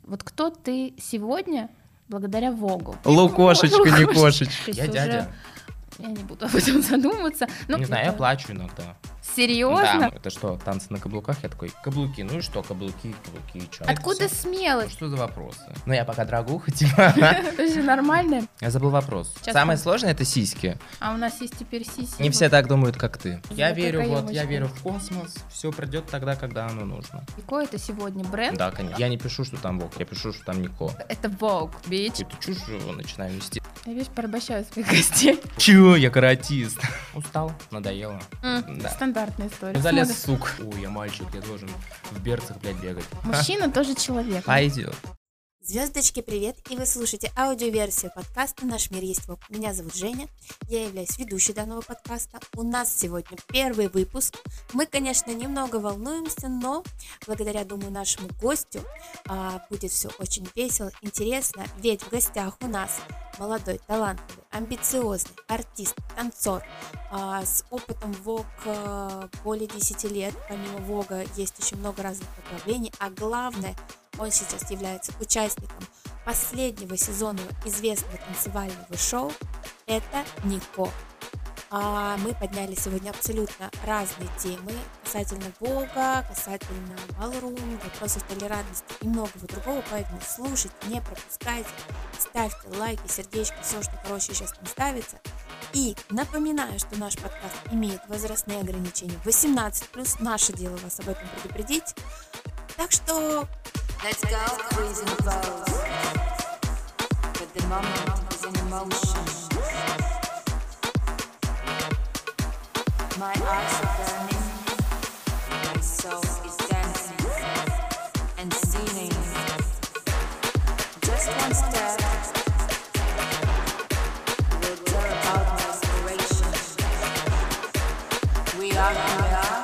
Вот кто ты сегодня благодаря Вогу? Лукошечка, не кошечка. Я дядя. Я не буду об этом задумываться. Не знаю, я плачу иногда. Серьезно? Да, это что, танцы на каблуках? Я такой, каблуки, ну и что, каблуки, и что? Откуда смелость? Что за вопросы? Ну я пока дорогуха, типа. Это же нормально. Я забыл вопрос. Самое сложное — это сиськи. А у нас есть теперь сиськи. Не все так думают, как ты. Я верю каемочка. в космос. Все придет тогда, когда оно нужно. Нико — это сегодня бренд? Да, конечно. Я не пишу, что там Vogue, я пишу, что там Нико. Это Vogue, bitch. Какую-то чушь начинаю нести. Я, видишь, порабощаю своих гостей. Чё? Я каратист. Устал, надоело. Да. Стандартная история. Залез, сук. Ой, я мальчик, я должен в берцах, блядь, бегать. Мужчина тоже человек. Пойдет. Звездочки, привет! И вы слушаете аудиоверсию подкаста «Наш мир есть ВОК». Меня зовут Женя, я являюсь ведущей данного подкаста. У нас сегодня первый выпуск. Мы, конечно, немного волнуемся, но благодаря, думаю, нашему гостю будет все очень весело, интересно, ведь в гостях у нас молодой, талантливый, амбициозный артист, танцор с опытом ВОК более 10 лет. Помимо ВОКа есть очень много разных направлений, а главное, он сейчас является участником последнего сезона известного танцевального шоу. Это Нико. Мы подняли сегодня абсолютно разные темы касательно Бога, касательно балрум, вопросов толерантности и многого другого, поэтому слушайте, не пропускайте, ставьте лайки, сердечки, все, что, сейчас там ставится. И напоминаю, что наш подкаст имеет возрастные ограничения 18+, наше дело вас об этом предупредить. Так что let's go, freezing pose. But the moment is in emotion. My eyes are burning. My soul is dancing and singing. Just one step will tell about my inspiration. We are who we are.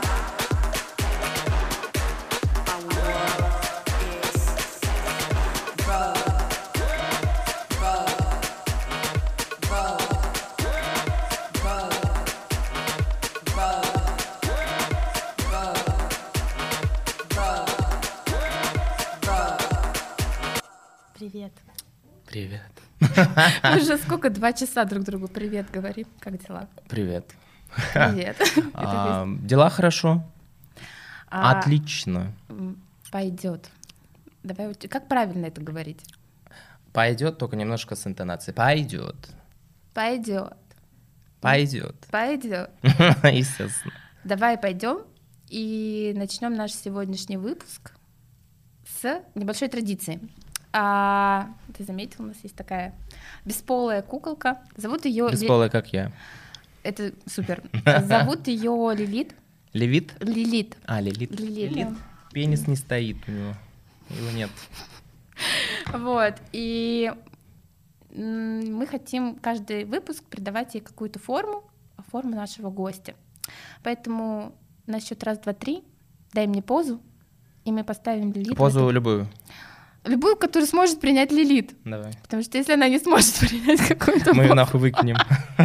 Привет. Привет. Мы уже сколько, 2 часа друг другу привет говорим. Как дела? Привет. Привет. Дела хорошо. Отлично. Пойдет. Давай, как правильно это говорить? Пойдет, только немножко с интонацией. Пойдет. Пойдет. Пойдет. Пойдет. Естественно. Давай пойдем и начнем наш сегодняшний выпуск с небольшой традиции. Ты заметил, у нас есть такая бесполая куколка. Зовут ее бесполая, как я. Это супер. Зовут ее Лилит. Левит? Лилит. Лилит. Лилит. Да. Пенис не стоит у него. Его нет. Вот. И мы хотим каждый выпуск придавать ей какую-то форму нашего гостя. Поэтому на счет 1, 2, 3 дай мне позу, и мы поставим Лилит. Позу любую. Любую, которую сможет принять Лилит. Давай. Потому что если она не сможет принять какую-то... Мы ее нахуй выкинем.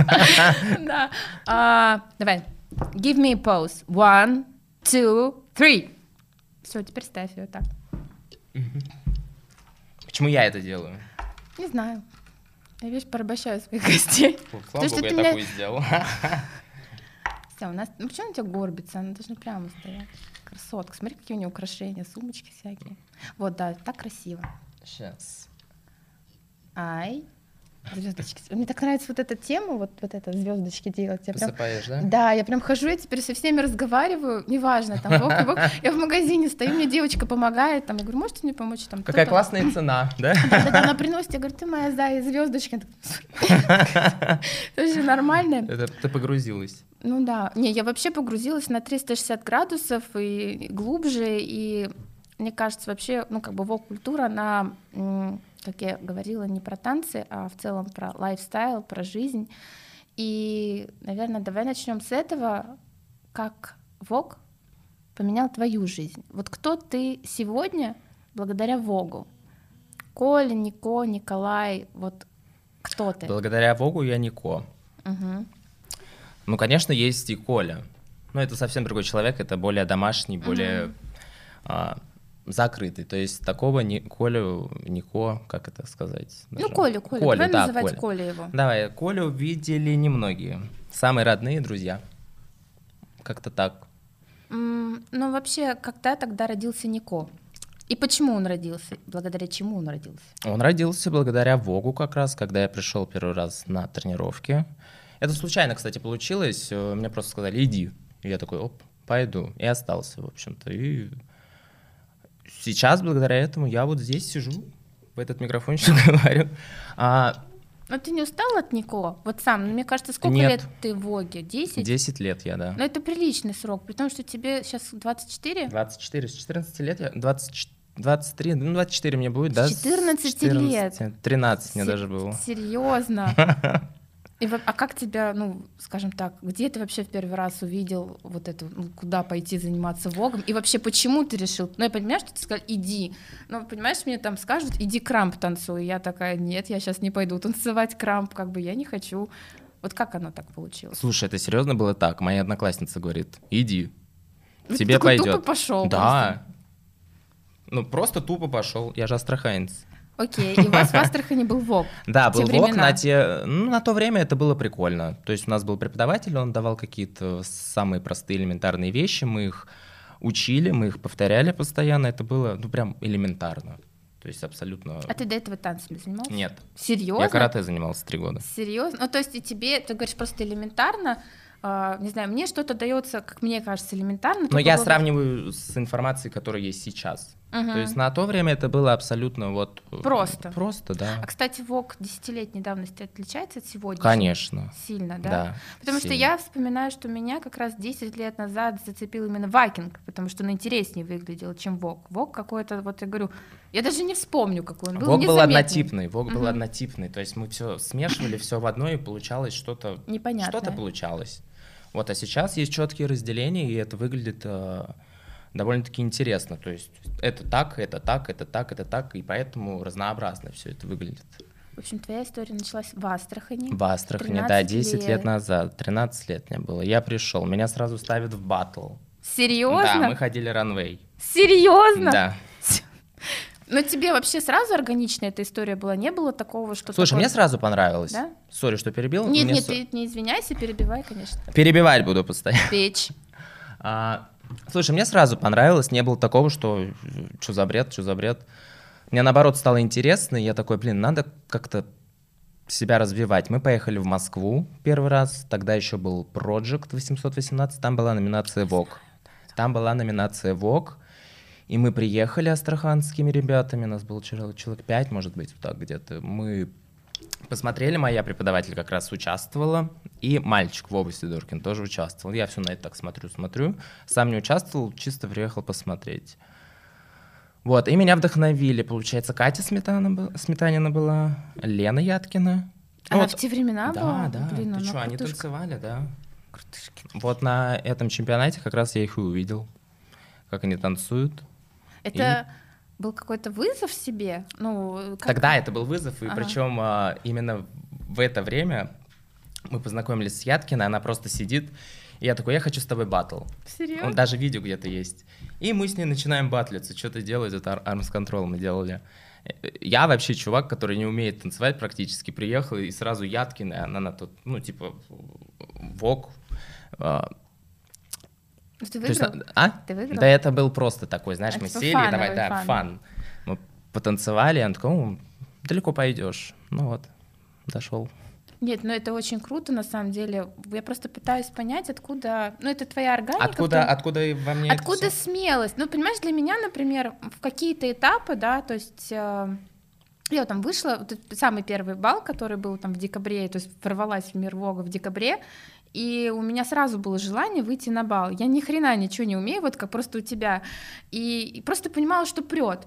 Да. Давай. Give me a pose. 1, 2, 3. Все, теперь ставь ее так. Почему я это делаю? Не знаю. Я, видишь, порабощаю своих гостей. Слава богу, я такую сделал. Все, у нас... Ну, почему она у тебя горбится? Она должна прямо стоять. Красотка. Смотри, какие у нее украшения, сумочки всякие. Вот, да, так красиво. Сейчас. Ай. Звездочки. Мне так нравится вот эта тема, вот это звездочки делать. Посыпаешь, да? Да, я прям хожу, я теперь со всеми разговариваю, неважно, там, вок. Я в магазине стою, мне девочка помогает, там, я говорю, можете мне помочь? Там, какая классная цена, да? Да, она приносит, я говорю, ты моя зая, звездочка. Это же нормально. Это ты погрузилась. Ну да, не, я вообще погрузилась на 360 градусов и глубже, и мне кажется, вообще, ну, как бы вок-культура, она, как я говорила, не про танцы, а в целом про лайфстайл, про жизнь. И, наверное, давай начнем с этого, как вок поменял твою жизнь. Вот кто ты сегодня благодаря вогу? Коля, Нико, Николай, вот кто ты? Благодаря вогу я Нико. Угу. Ну, конечно, есть и Коля. Но это совсем другой человек, это более домашний, более закрытый. То есть такого Нико, как это сказать? Ну, Колю, давай да, называть Коля его. Давай, Колю видели немногие. Самые родные друзья. Как-то так. Ну, вообще, когда тогда родился Нико? И почему он родился? Благодаря чему он родился? Он родился благодаря Вогу как раз, когда я пришел первый раз на тренировки. Это случайно, кстати, получилось. Мне просто сказали, иди. И я такой, оп, пойду. И остался, в общем-то. И сейчас, благодаря этому, я вот здесь сижу, в этот микрофончик говорю. Но ты не устал от Нико? Вот сам, мне кажется, сколько Нет. лет ты в Воге? 10? 10 лет я, да. Но это приличный срок, при том, что тебе сейчас 24? 24, с 14 лет я... 23, ну 24 мне будет, да? С 14 лет? 13 мне даже было. Серьезно? А как тебя, ну, скажем так, где ты вообще в первый раз увидел вот это, ну, куда пойти заниматься вогом? И вообще, почему ты решил? Ну, я понимаю, что ты сказал, иди. Но, понимаешь, мне там скажут, иди крамп танцуй. Я такая, нет, я сейчас не пойду танцевать крамп, как бы я не хочу. Вот как оно так получилось? Слушай, это серьезно было так? Моя одноклассница говорит, иди, Ты тебе такой пойдет. тупо пошел. Да. Ну, просто тупо пошел. Я же астраханец. Окей, и у вас в Астрахани был ВОК? Да, был ВОК, времена. на то время это было прикольно. То есть у нас был преподаватель, он давал какие-то самые простые элементарные вещи, мы их учили, мы их повторяли постоянно, это было, ну, прям элементарно. То есть абсолютно... А ты до этого танцами занимался? Нет. Серьезно? Я карате занимался 3 года. Серьезно? Ну, то есть и тебе, ты говоришь, просто элементарно, не знаю, мне что-то дается, как мне кажется, элементарно. Но я сравниваю с информацией, которая есть сейчас. То есть на то время это было абсолютно вот... Просто? Просто, да. А, кстати, ВОК 10-летней давности отличается от сегодняшнего? Конечно. Сильно, да? Да. Потому сильно. что я вспоминаю, что меня как раз 10 лет назад зацепил именно вакинг, потому что он интереснее выглядел, чем ВОК. ВОК какой-то, вот я говорю, я даже не вспомню, какой он был. ВОК был незаметный. однотипный, ВОК был однотипный. То есть мы все смешивали, все в одно, и получалось что-то... Непонятное. Что-то получалось. Вот, а сейчас есть четкие разделения, и это выглядит довольно-таки интересно. То есть это так, это так, это так, это так, и поэтому разнообразно все это выглядит. В общем, твоя история началась в Астрахани. В Астрахани, да, 10 лет назад, 13 лет мне было. Я пришел, меня сразу ставят в баттл. Серьезно? Да, мы ходили ранвей. Серьезно? Да. Но тебе вообще сразу органичная эта история была? Не было такого, что... Слушай, такое... мне сразу понравилось. Да? Сори, что перебил. Нет, Мне нет, ты не извиняйся, перебивай, конечно. Перебивать буду постоянно. Печь. Слушай, мне сразу понравилось, не было такого, что за бред, что за бред. Мне наоборот стало интересно, и я такой, надо как-то себя развивать. Мы поехали в Москву первый раз, тогда еще был Project 818, там была номинация ВОК. Там была номинация ВОК, и мы приехали астраханскими ребятами, нас было человек 5, может быть, вот так где-то. Мы посмотрели, моя преподаватель как раз участвовала, и мальчик Вова Сидоркин тоже участвовал. Я все на это так смотрю. Сам не участвовал, чисто приехал посмотреть. Вот, и меня вдохновили, получается, Катя Сметанина была, Лена Яткина. Она вот. в те времена была? Да, Блин, ты она что, они крутышка. танцевали, да. Крутышки. Вот на этом чемпионате как раз я их и увидел, как они танцуют. Это был какой-то вызов себе? Ну, как... Тогда это был вызов, и Ага. причем именно в это время мы познакомились с Яткиной, она просто сидит, и я такой, я хочу с тобой баттл. Серьезно? Даже видео где-то есть. И мы с ней начинаем баттлиться, что-то делать, это Arms Control мы делали. Я вообще чувак, который не умеет танцевать практически, приехал, и сразу Яткина, она на тот, ну, типа, ВОК. Ты выиграл? Ты выиграл? Да это был просто такой, знаешь, Это мы типа сели, фановый давай, да, фан. фан. Мы потанцевали, и он такой, далеко пойдешь. Ну вот, дошел. Нет, ну это очень круто, на самом деле. Я просто пытаюсь понять, откуда... Ну это твоя органика. Откуда и во мне Откуда это всё? смелость? Ну, понимаешь, для меня, например, в какие-то этапы, да, то есть... Я вот там вышла, вот этот самый первый бал, который был там в декабре, то есть ворвалась в мир Вога в декабре, и у меня сразу было желание выйти на бал. Я ни хрена ничего не умею, вот как просто у тебя. И просто понимала, что прет,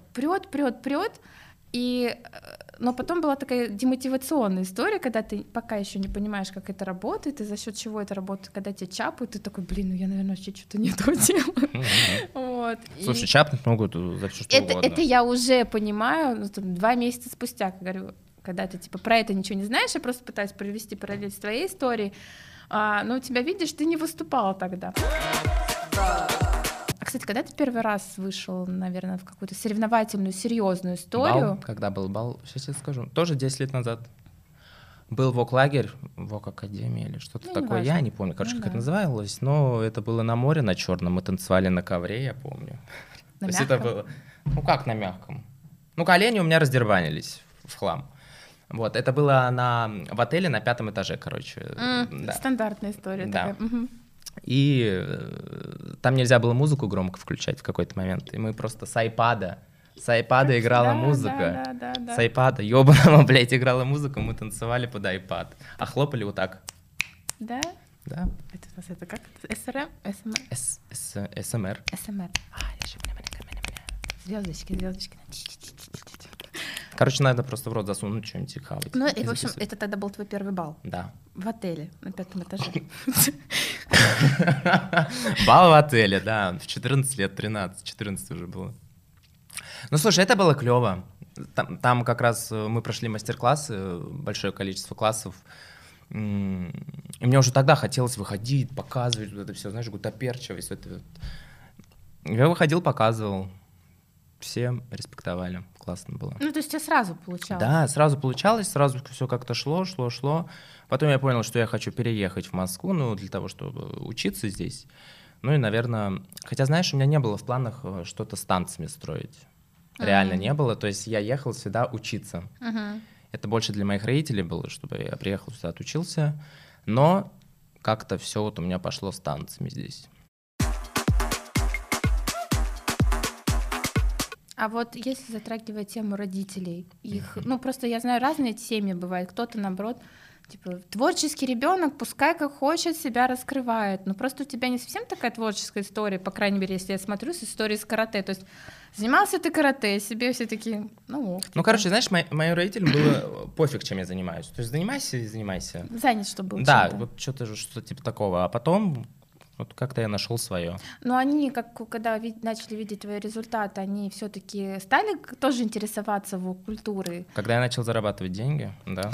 но потом была такая демотивационная история, когда ты пока еще не понимаешь, как это работает, и за счет чего это работает, когда тебя чапают, ты такой, ну я, наверное, вообще что-то не то делаю. Вот. Слушай, чапнуть могут за все что угодно. Это я уже понимаю, 2 месяца спустя, говорю, когда ты типа про это ничего не знаешь, я просто пытаюсь провести параллель с твоей историей, но у тебя, видишь, ты не выступала тогда. кстати, когда ты первый раз вышел, наверное, в какую-то соревновательную, серьезную историю? Бал, когда был бал, сейчас я скажу, тоже 10 лет назад. Был вок-лагерь, вок-академия или что-то Ну, такое, неважно. я не помню, короче, Ну, как это да. называлось, но это было на море, на черном, мы танцевали на ковре, я помню. На То есть это мягком? было, ну как на мягком? Ну колени у меня раздербанились в хлам. Вот, это было в отеле на 5-м этаже, короче. Да. Стандартная история Да. такая. Мгм. И там нельзя было музыку громко включать в какой-то момент, и мы просто с айпада играла Да, музыка. да. С айпада, ёбаного, блядь, играла музыка, мы танцевали под айпад. А хлопали вот так. Да? Да. Это у нас это как? СРМ? СМР? СМР. СМР. Звездочки. Короче, надо просто в рот засунуть что-нибудь и хавать. Ну, и, И в общем, записывать. это тогда был твой первый бал Да. в отеле на 5-м этаже. Бал в отеле, да. В 14 лет, 14 уже было. Ну, слушай, это было клево. Там как раз мы прошли мастер-классы, большое количество классов. И мне уже тогда хотелось выходить, показывать вот это все, знаешь, гутоперчивость. Вот это вот. Я выходил, показывал. Все респектовали. Классно было. Ну, то есть у тебя сразу получалось? Да, сразу получалось, сразу все как-то шло. Потом я понял, что я хочу переехать в Москву, ну, для того, чтобы учиться здесь. Ну и, наверное, хотя, знаешь, у меня не было в планах что-то с танцами строить. Реально не было. То есть я ехал сюда учиться. Мгм. Это больше для моих родителей было, чтобы я приехал сюда, отучился. Но как-то все вот у меня пошло с танцами здесь. А вот если затрагивать тему родителей, их, ну просто я знаю, разные семьи бывают. Кто-то, наоборот, типа, творческий ребенок, пускай как хочет, себя раскрывает. Но просто у тебя не совсем такая творческая история, по крайней мере, если я смотрю с историей с карате. То есть занимался ты карате, себе все такие, ну ох. Ну, короче, знаешь, моим родителям было пофиг, чем я занимаюсь. То есть занимайся и занимайся. Занят, что был Да, чем-то. вот что-то типа такого. А потом вот как-то я нашел свое. Но они, когда начали видеть твои результаты, они все-таки стали тоже интересоваться культурой. Когда я начал зарабатывать деньги, да.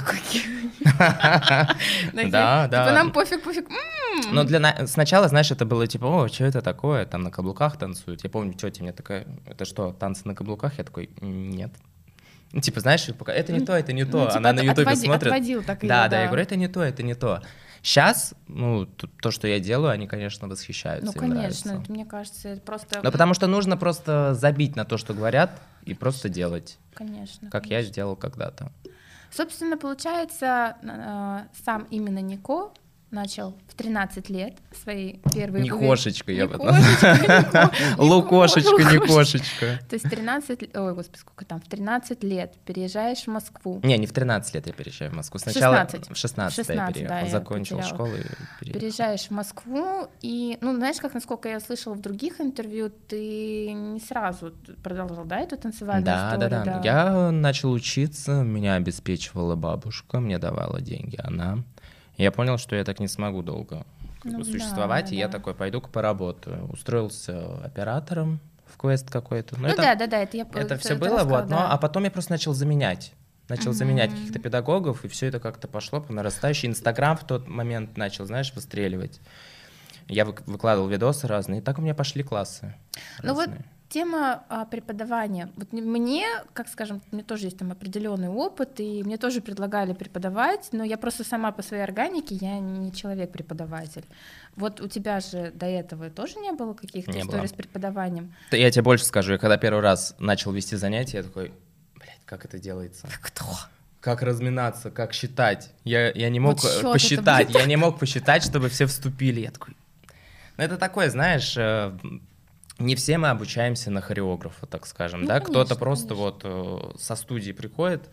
Такие, Да, Типа да. нам пофиг. Но сначала, знаешь, это было типа, о, что это такое, там на каблуках танцуют. Я помню, тетя мне такая, это что, танцы на каблуках? Я такой, нет. Ну, типа, знаешь, пока это не то, это не то. Ну, типа, Она на ютубе смотрит. отводил так её, Да, я говорю, это не то, это не то. Сейчас, ну, то, что я делаю, они, конечно, восхищаются. Ну, им конечно, нравится. это, мне кажется, это просто... Ну, потому что нужно просто забить на то, что говорят, и просто делать, Конечно. как я сделал когда-то. Собственно, получается, сам именно Нико начал в 13 лет свои первые... Не кошечка, я бы назвала. Лукошечка, не кошечка. То есть 13... Ой, господи, сколько там? В 13 лет переезжаешь в Москву. Не в 13 лет я переезжаю в Москву. Сначала 16. в 16 я 16, переехал, да, я закончил потеряла. школу и переехал. Переезжаешь в Москву, и, ну, знаешь, как, насколько я слышала в других интервью, ты не сразу продолжал, да, эту танцевальную историю? Да. Я начал учиться, меня обеспечивала бабушка, мне давала деньги она. И я понял, что я так не смогу долго Ну существовать, да, и я да. такой, пойду-ка поработаю. Устроился оператором в квест какой-то. Ну да, это я Это все ты было, рассказал, вот, да. а потом я просто начал заменять. Заменять каких-то педагогов, и все это как-то пошло по нарастающей. Инстаграм в тот момент начал, знаешь, выстреливать. Я выкладывал видосы разные, и так у меня пошли классы. Ну вот разные. тема преподавания. Вот мне, как скажем, у меня тоже есть там определенный опыт, и мне тоже предлагали преподавать, но я просто сама по своей органике, я не человек-преподаватель. Вот у тебя же до этого тоже не было каких-то Не историй было. с преподаванием? Я тебе больше скажу, я когда первый раз начал вести занятия, я такой, блядь, как это делается? Кто? Как разминаться, как считать? Я не мог Вот счёт посчитать, это, я не мог посчитать, чтобы все вступили. Я такой, ну это такое, знаешь, не все мы обучаемся на хореографа, так скажем, Ну, да? конечно, Кто-то просто конечно. вот со студии приходит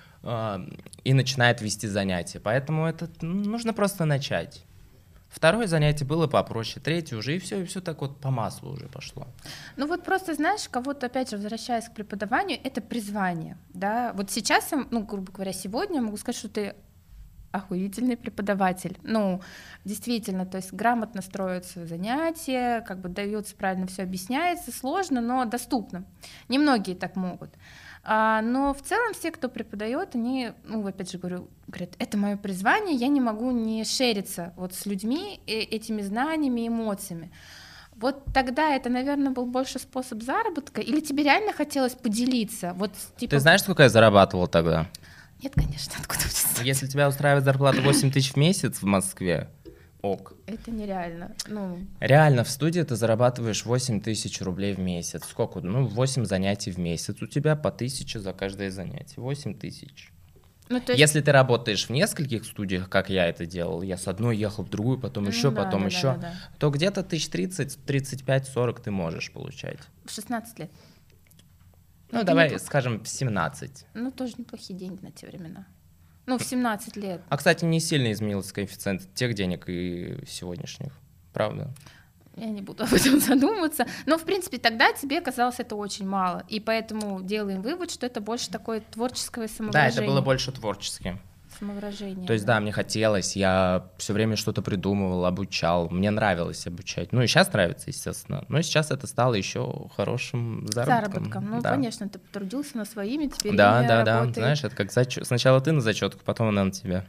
и начинает вести занятия. Поэтому это нужно просто начать. Второе занятие было попроще, третье уже, и все так вот по маслу уже пошло. Ну вот просто, знаешь, кого-то, опять же, возвращаясь к преподаванию, это призвание, да. Вот сейчас, ну, грубо говоря, сегодня я могу сказать, что ты охуительный преподаватель. Ну, действительно, то есть грамотно строятся занятия, как бы дается правильно, все объясняется, сложно, но доступно. Немногие так могут. Но в целом все, кто преподает, они, ну, опять же говорят, это мое призвание, я не могу не шериться вот с людьми этими знаниями, эмоциями. Вот тогда это, наверное, был больше способ заработка, или тебе реально хотелось поделиться? Вот, типа... Ты знаешь, сколько я зарабатывал тогда? Нет, конечно, откуда мне знать? Если тебя устраивает зарплата 8 тысяч в месяц в Москве, ок. Это нереально. Ну, Реально, в студии ты зарабатываешь 8 тысяч рублей в месяц. Сколько? 8 занятий в месяц. У тебя по 1000 за каждое занятие. 8 тысяч. ну, то есть... Если ты работаешь в нескольких студиях, как я это делал, я с одной ехал в другую, потом еще, да, потом да, еще, да. то где-то 30, 35, 40 ты можешь получать. В 16 лет. Ну, Это давай неплохо. скажем в 17. Ну, тоже неплохие деньги на те времена. Ну, в 17 лет. А, кстати, не сильно изменился коэффициент тех денег и сегодняшних. Правда? Я не буду об этом задумываться. Но, в принципе, тогда тебе казалось это очень мало. И поэтому делаем вывод, что это больше такое творческое Да, самовыражение. это было больше творчески. Самовыражение. То есть, да, мне хотелось, я все время что-то придумывал, обучал. Мне нравилось обучать. Ну и сейчас нравится, естественно. Но сейчас это стало еще хорошим заработком. Ну, да. конечно, ты потрудился над своими, теперь Да, ими да, да. работает. Знаешь, это как сначала ты на зачетку, потом она на тебя.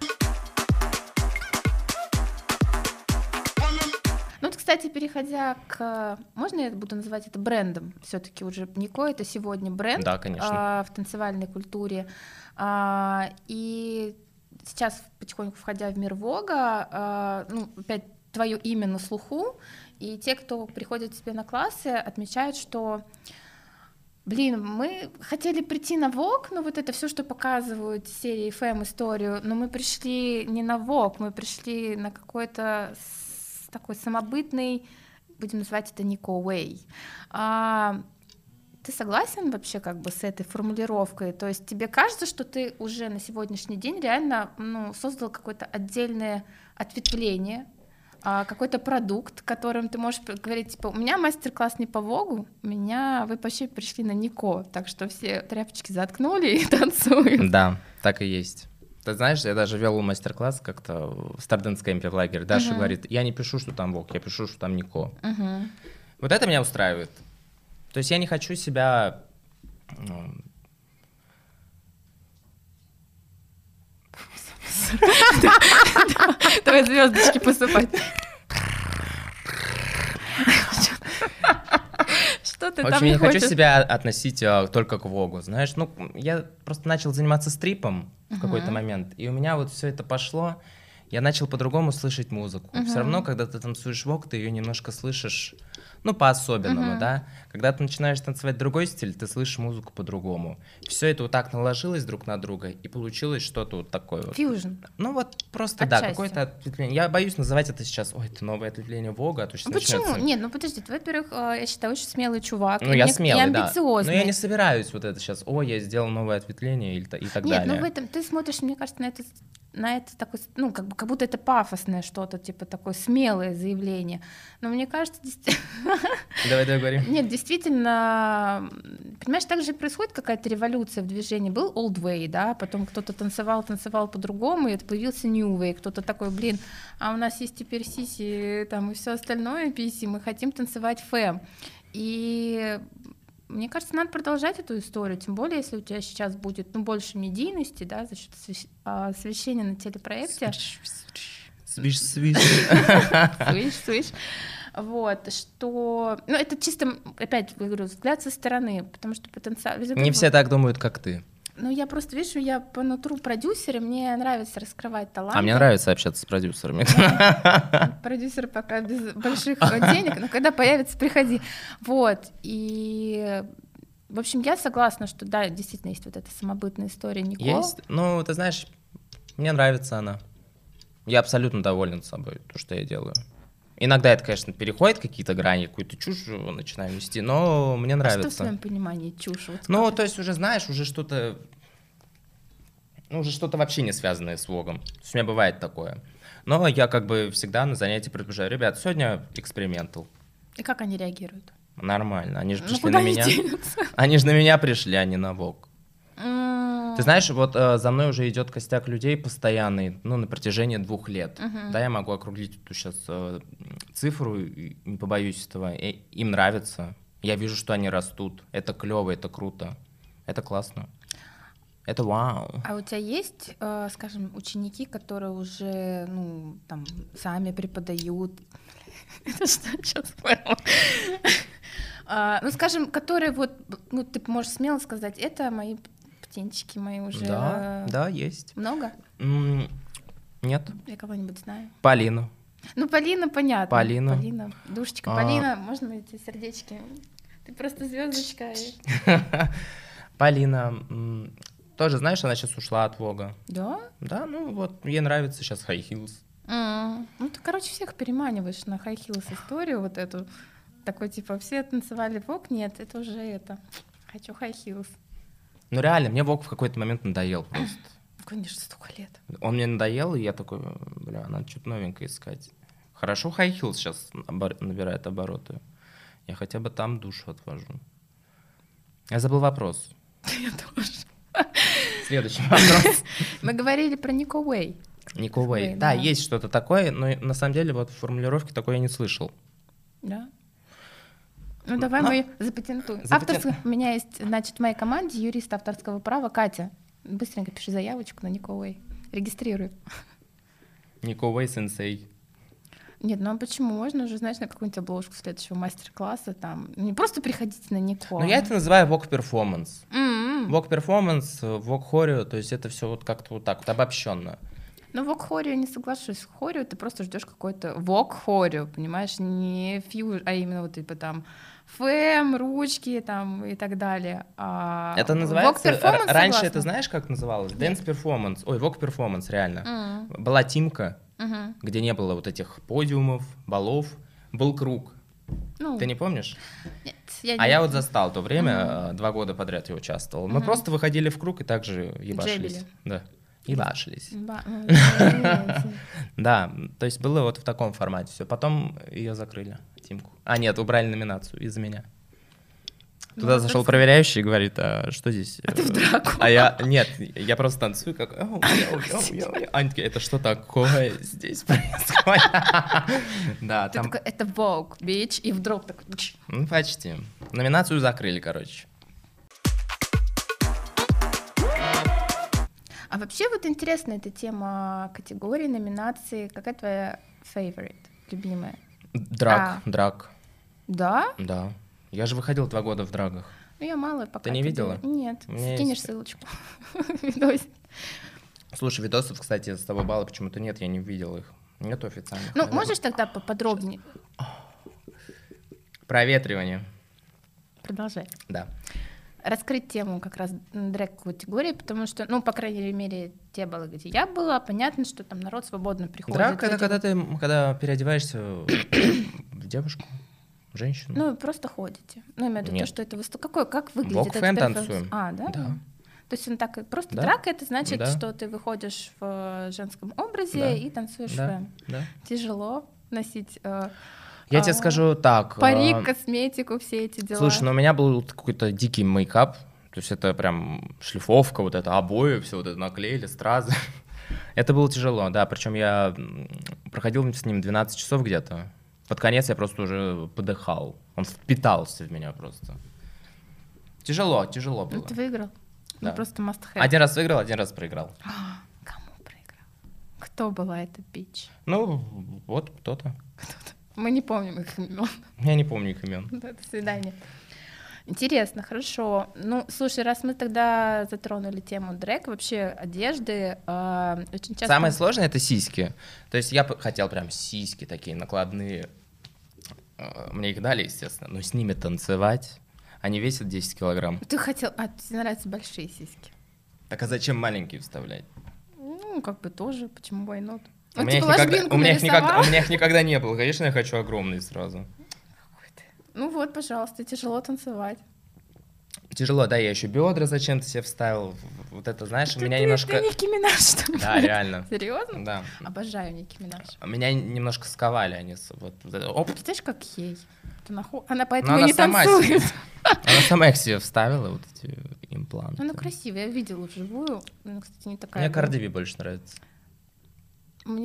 Ну, вот, кстати, переходя к... Можно я буду называть это брендом? Все-таки уже Нико — это сегодня бренд Да, конечно. в танцевальной культуре. И сейчас, потихоньку входя в мир Вога, ну, опять твое имя на слуху, и те, кто приходит к тебе на классы, отмечают, что блин, мы хотели прийти на Vogue, но вот это все, что показывают в серии FM историю, но мы пришли не на Vogue, мы пришли на какой-то такой самобытный, будем называть это Нико Way. Ты согласен вообще как бы с этой формулировкой? То есть тебе кажется, что ты уже на сегодняшний день реально создал какое-то отдельное ответвление, какой-то продукт, которым ты можешь говорить, типа, у меня мастер-класс не по Вогу, вы почти пришли на Нико, так что все тряпочки заткнули и танцуем. Да, так и есть. Ты знаешь, я даже вел мастер-класс как-то в Старденс-кемпе в лагере. Даша говорит, я не пишу, что там Вог, я пишу, что там Нико. Вот это меня устраивает. То есть я не хочу себя... Давай звездочки посыпать. Что ты В там общем, не я не хочу хочешь? себя относить только к Вогу, знаешь. Ну, я просто начал заниматься стрипом в какой-то момент, и у меня вот все это пошло. Я начал по-другому слышать музыку. Все равно, когда ты танцуешь Вог, ты ее немножко слышишь, ну, по-особенному, да. Когда ты начинаешь танцевать другой стиль, ты слышишь музыку по-другому. Все это вот так наложилось друг на друга, и получилось что-то вот такое вот. Фьюжн. Ну, вот просто, Отчасти. да, какое-то ответвление. Я боюсь называть это сейчас, ой, это новое ответвление Вога, а то сейчас Почему? начнется... Нет, ну подожди, ты, во-первых, я считаю, очень смелый чувак. Ну, я и смелый, да. амбициозный. Но я не собираюсь вот это сейчас, ой, я сделал новое ответвление и так Нет, далее. ну в этом ты смотришь, мне кажется, на это такое, ну, как будто это пафосное что-то, типа такое смелое заявление. Но мне кажется, Давай говори. нет, действительно, понимаешь, так же и происходит какая-то революция в движении. Был old way, да, потом кто-то танцевал по-другому, и это появился new way. Кто-то такой, блин, а у нас есть теперь сиси, там, и все остальное PC, мы хотим танцевать фэм. И мне кажется, надо продолжать эту историю, тем более, если у тебя сейчас будет больше медийности, да, за счет освещения на телепроекте. Свиш. Слышь. Вот, что... Ну, это чисто, опять говорю, взгляд со стороны, потому что потенциал... Не все так думают, как ты. Ну, я просто, видишь, я по нутру продюсер, и мне нравится раскрывать таланты. А мне нравится общаться с продюсерами. Продюсер пока без больших денег, но когда появится, приходи. Вот, и... В общем, я согласна, что да, действительно есть вот эта самобытная история Нико. Есть. Ну, ты знаешь, мне нравится она. Я абсолютно доволен собой, то, что я делаю. Иногда это, конечно, переходит какие-то грани, какую-то чушь начинаю нести, но мне нравится. А что в твоем понимании чушь? Вот ну, то есть уже, знаешь, уже что-то вообще не связанное с Вогом. То есть у меня бывает такое. Но я как бы всегда на занятии предупреждаю. Ребят, сегодня экспериментал. И как они реагируют? Нормально. Они же пришли куда на они меня. денутся? Они же на меня пришли, а не на Вог. Ты знаешь, вот за мной уже идет костяк людей постоянный, ну, на протяжении 2 лет. Да, я могу округлить эту сейчас цифру, и не побоюсь этого. Им нравится. Я вижу, что они растут. Это клево, это круто. Это классно. Это вау. А у тебя есть, скажем, ученики, которые уже, ну, там, сами преподают? Это что сейчас было? Ну, скажем, которые вот, ну, ты можешь смело сказать, это мои птенчики мои уже. Да, есть. Много? Нет. Я кого-нибудь знаю. Полину. Ну, Полина, понятно. Полина. Полина, душечка. Полина, можно эти сердечки? Ты просто звездочка. Полина. Тоже, знаешь, она сейчас ушла от Вога. Да? Да, ну вот, ей нравится сейчас High Heels. Ну, ты, короче, всех переманиваешь на High Heels историю вот эту. Такой, типа, все танцевали Вог, нет, это уже это. Хочу High Heels. Ну реально, мне Вог в какой-то момент надоел просто. Конечно, столько лет. Он мне надоел, и я такой, бля, надо что-то новенькое искать. Хорошо, High Heels сейчас набирает обороты. Я хотя бы там душу отвожу. Я забыл вопрос. Я тоже. Следующий вопрос. Мы говорили про Нико Уэй. Нико Уэй. Уэй, Да, да. есть что-то такое, но на самом деле вот в формулировке такой я не слышал. Да. Ну, давай мы запатентуем. У меня есть, значит, в моей команде юрист авторского права Катя. Быстренько пиши заявочку на Нико Уэй. Регистрирую. Нико Уэй сенсей. Нет, ну а почему? Можно уже, знаешь, на какую-нибудь обложку следующего мастер-класса там. Не просто приходите на Нико. Ну, я это называю Vogue Performance. М-м. Vogue Performance, Vogue Choreo, то есть это все вот как-то вот так вот обобщенно. Ну, вок хорео не соглашусь. В хорео ты просто ждешь какой-то вок хорео, понимаешь, не фьюж, а именно вот типа там фэм, ручки там и так далее. Это называется, вок-перформанс, раньше согласна. это знаешь, как называлось? Dance Performance, ой, Vogue Performance, реально. М. Была тимка, Мгм. где не было вот этих подиумов, балов, был круг. Ну, Ты не помнишь? нет, я А не- я вот застал то время, 2 года подряд я участвовал. Мы просто выходили в круг и также ебашились. Джебили. Да, ебашились. Молодец. Да, то есть было вот в таком формате все. Потом ее закрыли, тимку. А нет, убрали номинацию из-за меня. Туда Ну, зашел так- проверяющий и говорит, а что здесь? А ты в драку. А я, нет, я просто танцую, как, «Оу, йоу, йоу, йоу». Они такие, это что такое здесь происходит? Да, Ты там, такой, это Vogue, bitch, и вдруг такой... «Чш». ну почти. Номинацию закрыли, короче. А вообще вот интересная эта тема категории, номинации. Какая твоя favorite, любимая? Драг, Да? да. Я же выходил 2 года в драгах. Ну, я мало пока. Ты не это видела? делаю. Нет. У меня Скинешь есть- ссылочку. Видосик. Слушай, видосов, кстати, с того балла почему-то нет, я не видел их. Нету официальных. Ну, наверное. можешь тогда поподробнее? Проветривание, Продолжай. да. Раскрыть тему как раз дрэк-категории, потому что, ну, по крайней мере, те баллы, где я была, понятно, что там народ свободно приходит. Драк — это Люди- когда переодеваешься в девушку, в женщину. Ну, просто ходите. Ну, имею в виду то, Нет. что это выступ. Как выглядит Вок-фэн этот перформанс? танцуем. А, да? Да. То есть он так и просто Да. драка, это значит, Да. что ты выходишь в женском образе Да. и танцуешь Да, фэм. да. Тяжело носить Я тебе скажу так. парик, косметику, все эти дела. Слушай, ну у меня был какой-то дикий мейкап, то есть это прям шлифовка, вот это обои, все вот это наклеили, стразы. Это было тяжело, да, причем я проходил с ним 12 часов где-то. Под конец я просто уже подыхал, он впитался в меня просто. Тяжело Ну, было. ты выиграл? Да. Ну, просто must have. Один раз выиграл, один раз проиграл. Кому проиграл? Кто была эта бич? Ну, вот кто-то. Мы не помним их имен. Я не помню их имен. До свидания. Интересно, хорошо. Ну, слушай, раз мы тогда затронули тему дрэк, вообще одежды, очень часто... Самое сложное — это сиськи. То есть я хотел прям сиськи такие накладные. Мне их дали, естественно, но с ними танцевать. Они весят 10 килограмм. Ты хотел... тебе нравятся большие сиськи? Так а зачем маленькие вставлять? Ну, как бы тоже, почему why not? У Ну, меня, типа их никогда, ложбинку у, меня их никогда, нарисовал. у меня их никогда не было. Конечно, я хочу огромные сразу. Ну вот, пожалуйста, тяжело танцевать. Тяжело, да, я еще бедра зачем-то себе вставил. Вот это, знаешь, меня Ты немножко... Ники Минаж, что ли? Да, реально. Серьезно? Да. Обожаю Ники Минаж. Меня немножко сковали они. Вот это, оп. Представляешь, как ей? Она поэтому она и не сама танцует. Она сама их себе вставила, вот эти импланты. Она красивая, я видела вживую. Она, кстати, не такая. Мне Cardi B больше нравится. Мне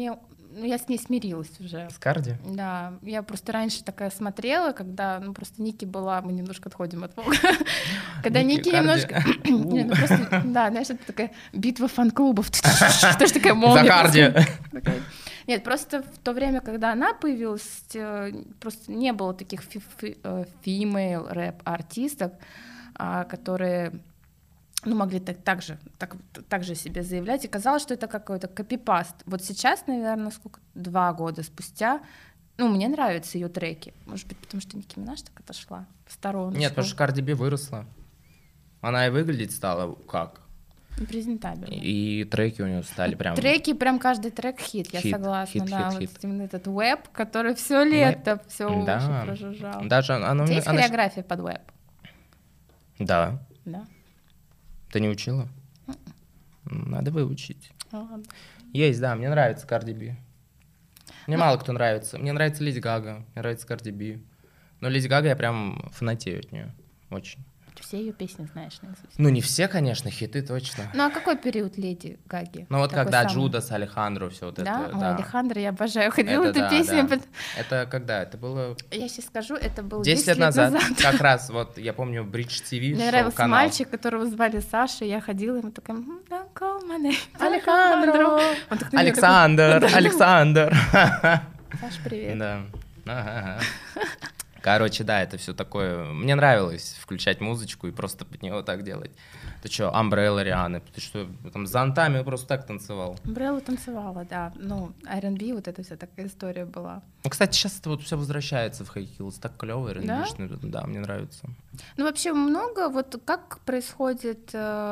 ну, я с ней смирилась уже. С Карди? Да, я просто раньше такая смотрела, когда, ну, просто Ники была, мы немножко отходим от Вога, когда Ники немножко, не, ну, просто, да, знаешь, это такая битва фан-клубов, тоже такая молния. За Карди. Нет, просто в то время, когда она появилась, просто не было таких female рэп-артисток, которые, ну, могли так же себе заявлять, и казалось, что это какой-то копипаст. Вот сейчас, наверное, 2 года спустя, ну, мне нравятся ее треки. Может быть, потому что Ники Минаж так отошла в сторону. Нет, потому что Карди Би выросла. Она и выглядеть стала как? Презентабельно. И треки у нее стали прям... Треки, прям каждый трек хит, я согласна. Да, вот именно этот веб, который все лето, все уши прожужжал. Даже она... У тебя есть хореография под веб? Да. Да. Ты не учила? Надо выучить. Ладно. Есть, да, мне нравится Карди Би. Мне мало кто нравится. Мне нравится Леди Гага, мне нравится Карди Би. Но Леди Гага я прям фанатею от нее. Очень. Ты все ее песни знаешь наизусть? Ну, не все, конечно, хиты точно. Ну, а какой период Леди Гаги? Ну, вот такой когда самый? Джудас, Алехандро, все вот Да? это. Ой, Да, Алехандро, я обожаю. Ходила это, эту песню. Да. Это когда? Это было... Я сейчас скажу, это было 10 лет назад. Как раз, вот, я помню, Бридж ТВ Мне шел нравился канал. мальчик, которого звали Саша, я ходила, ему такая, don't call my name, Алехандро! Он так на меня Александр, такой, Александр. Саш, привет. Да. Ага. Короче, да, это все такое. Мне нравилось включать музычку и просто под него так делать. Ты что, Umbrella Рианы? Ты что, там с зонтами просто так танцевал? Umbrella танцевала, да. Ну, R&B, вот это вся такая история была. Ну, кстати, сейчас это вот все возвращается в High Heels. Так клево, R&B, Да? Да, мне нравится. Ну, вообще много, вот как происходит,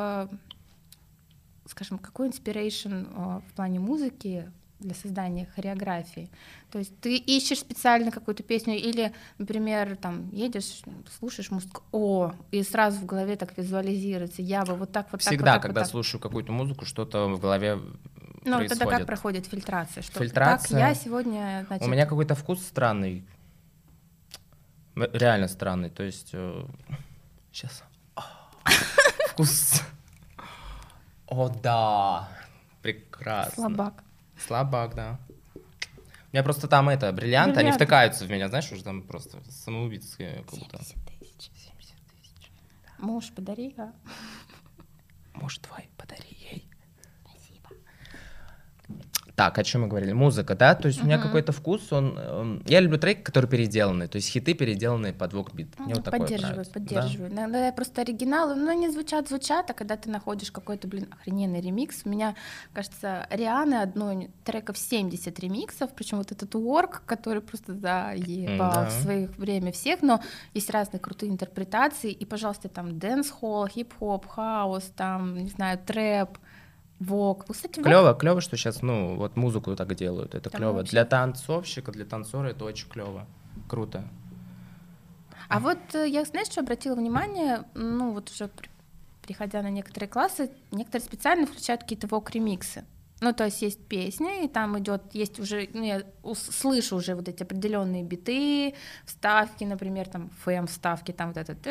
скажем, какой inspiration в плане музыки для создания хореографии. То есть ты ищешь специально какую-то песню или, например, там едешь, слушаешь музыку, и сразу в голове так визуализируется, я бы вот так, вот так, Всегда, вот так, когда вот так. слушаю какую-то музыку, что-то в голове Ну, происходит. тогда как проходит фильтрация? Что Фильтрация? Так, я сегодня, значит... У меня какой-то вкус странный. Реально странный. То есть... Сейчас. Вкус... О, да. Прекрасно. Слабак, да. У меня просто там бриллианты, они втыкаются в меня, знаешь, уже там просто самоубийцы как будто. 70 тысяч. Муж, подари, а? Муж твой, подари ей. Спасибо. Так, о чем мы говорили? Музыка, да? То есть у меня какой-то вкус, я люблю треки, которые переделаны, то есть хиты, переделанные под вокбит. Мне вот такое нравится. Поддерживаю. Да? Иногда просто оригиналы, но они звучат, а когда ты находишь какой-то, охрененный ремикс, у меня, кажется, Рианы одной треков 70 ремиксов, причем вот этот Work, который просто заебал в свое время всех, но есть разные крутые интерпретации, и, пожалуйста, там дэнс-холл, хип-хоп, хаус, там, не знаю, трэп, Вок. Кстати, клево, что сейчас, вот музыку так делают. Это там клево. вообще... Для танцовщика, для танцора это очень клево. Круто. А вот я, знаешь, что обратила внимание, вот уже приходя на некоторые классы, некоторые специально включают какие-то вок-ремиксы. Ну, то есть песня, и там есть уже, я слышу уже вот эти определенные биты, вставки, например, там ФМ-вставки, там вот это,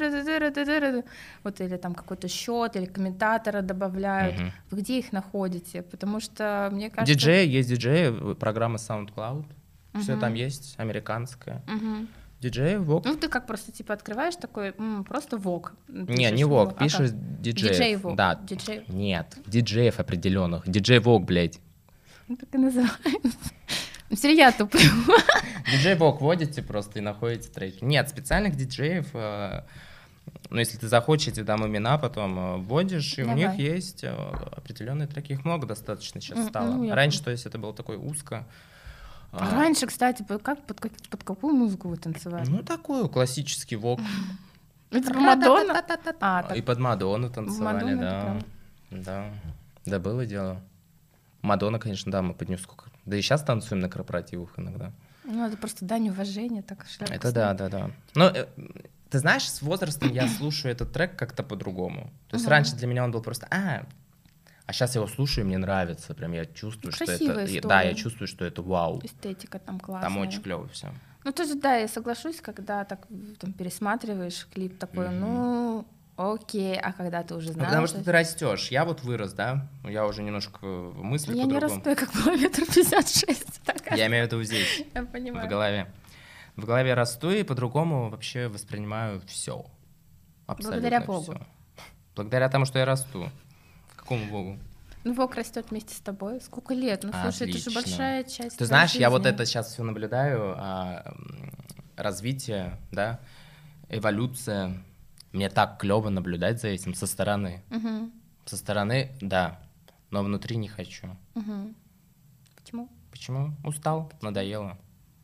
вот или там какой-то счет, или комментатора добавляют. Вы где их находите? Потому что, мне кажется... Есть диджеи, программа SoundCloud, все там есть, американская. Диджей, вок. Ну, ты как просто открываешь такой, просто вок. Не вок, пишешь диджей. Диджей вок. Да. Нет, диджеев определенных. Диджей вок, блядь. Ну, так и называется. Все я туплю. Диджей вок вводите просто и находите треки. Нет, специальных диджеев, если ты захочешь, я тебе дам имена, потом вводишь, и у них есть определенные треки. Их много достаточно сейчас стало. Раньше, то есть, это было такое узко. А раньше, кстати, под какую музыку вы танцевали? Ну, такую, классический вок. Это Мадонна? И под Мадонну танцевали, да. Да, было дело. Мадонна, конечно, да, мы под нее сколько... Да и сейчас танцуем на корпоративах иногда. Ну, это просто дань уважения, так что... Это да. Но, ты знаешь, с возрастом я слушаю этот трек как-то по-другому. То есть раньше для меня он был просто... А сейчас я его слушаю, и мне нравится, прям я чувствую, что это... История. Да, я чувствую, что это вау. Эстетика там классная. Там очень клево все. Ну, тоже, да, я соглашусь, когда так там пересматриваешь клип такой, Окей, а когда ты уже Ну, знала? потому что ты растешь. Я вот вырос, да? Я уже немножко мыслю Я не по-другому. расту, я как было 1,56 м. Я имею в виду здесь, Я понимаю. в голове. В голове расту и по-другому вообще воспринимаю все. Абсолютно Благодаря Богу. всё. Благодаря тому, что я расту. Какому Богу? Ну, Вок растет вместе с тобой. Сколько лет? Ну, слушай, это же Отлично. большая часть Ты твоей знаешь, я вот жизни. это сейчас все наблюдаю, развитие, да, эволюция. Мне так клево наблюдать за этим со стороны. Мгм, Со стороны, да, но внутри не хочу. мгм. Почему? Почему? Устал, надоело.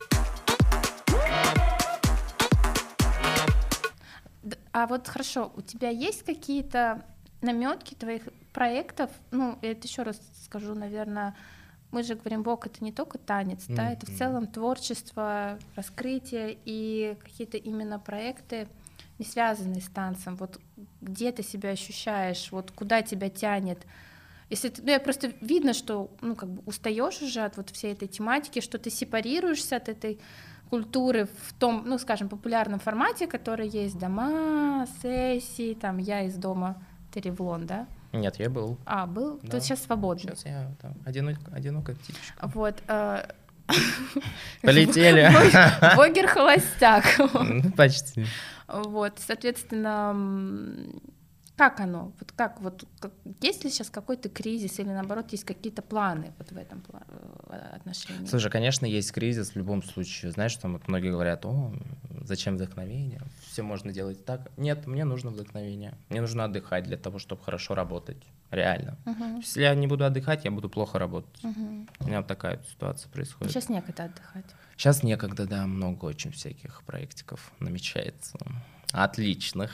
А вот хорошо, у тебя есть какие-то наметки твоих проектов? Ну, я это еще раз скажу, наверное, мы же говорим, Вок — это не только танец, да, это в целом творчество, раскрытие и какие-то именно проекты, не связанные с танцем. Вот где ты себя ощущаешь, вот куда тебя тянет? Если ты, ну, я просто видно, что, ну, как бы устаешь уже от вот всей этой тематики, что ты сепарируешься от этой культуры в том, ну, скажем, популярном формате, который есть: дома, сессии, там, я из дома, ты Ревлон, да? Нет, я был. А, был? Да. Ты сейчас свободный. Сейчас я там одинокая птичка. Вот. Полетели. Блогер-холостяк. Ну, почти. Вот, соответственно, как оно? Есть ли сейчас какой-то кризис или, наоборот, есть какие-то планы вот в этом отношении? Слушай, конечно, есть кризис в любом случае. Знаешь, там вот многие говорят: о, зачем вдохновение? Все можно делать так. Нет, мне нужно вдохновение. Мне нужно отдыхать для того, чтобы хорошо работать. Реально. Если я не буду отдыхать, я буду плохо работать. У меня вот такая вот ситуация происходит. Сейчас некогда отдыхать. Сейчас некогда, да, много очень всяких проектиков намечается. Отличных.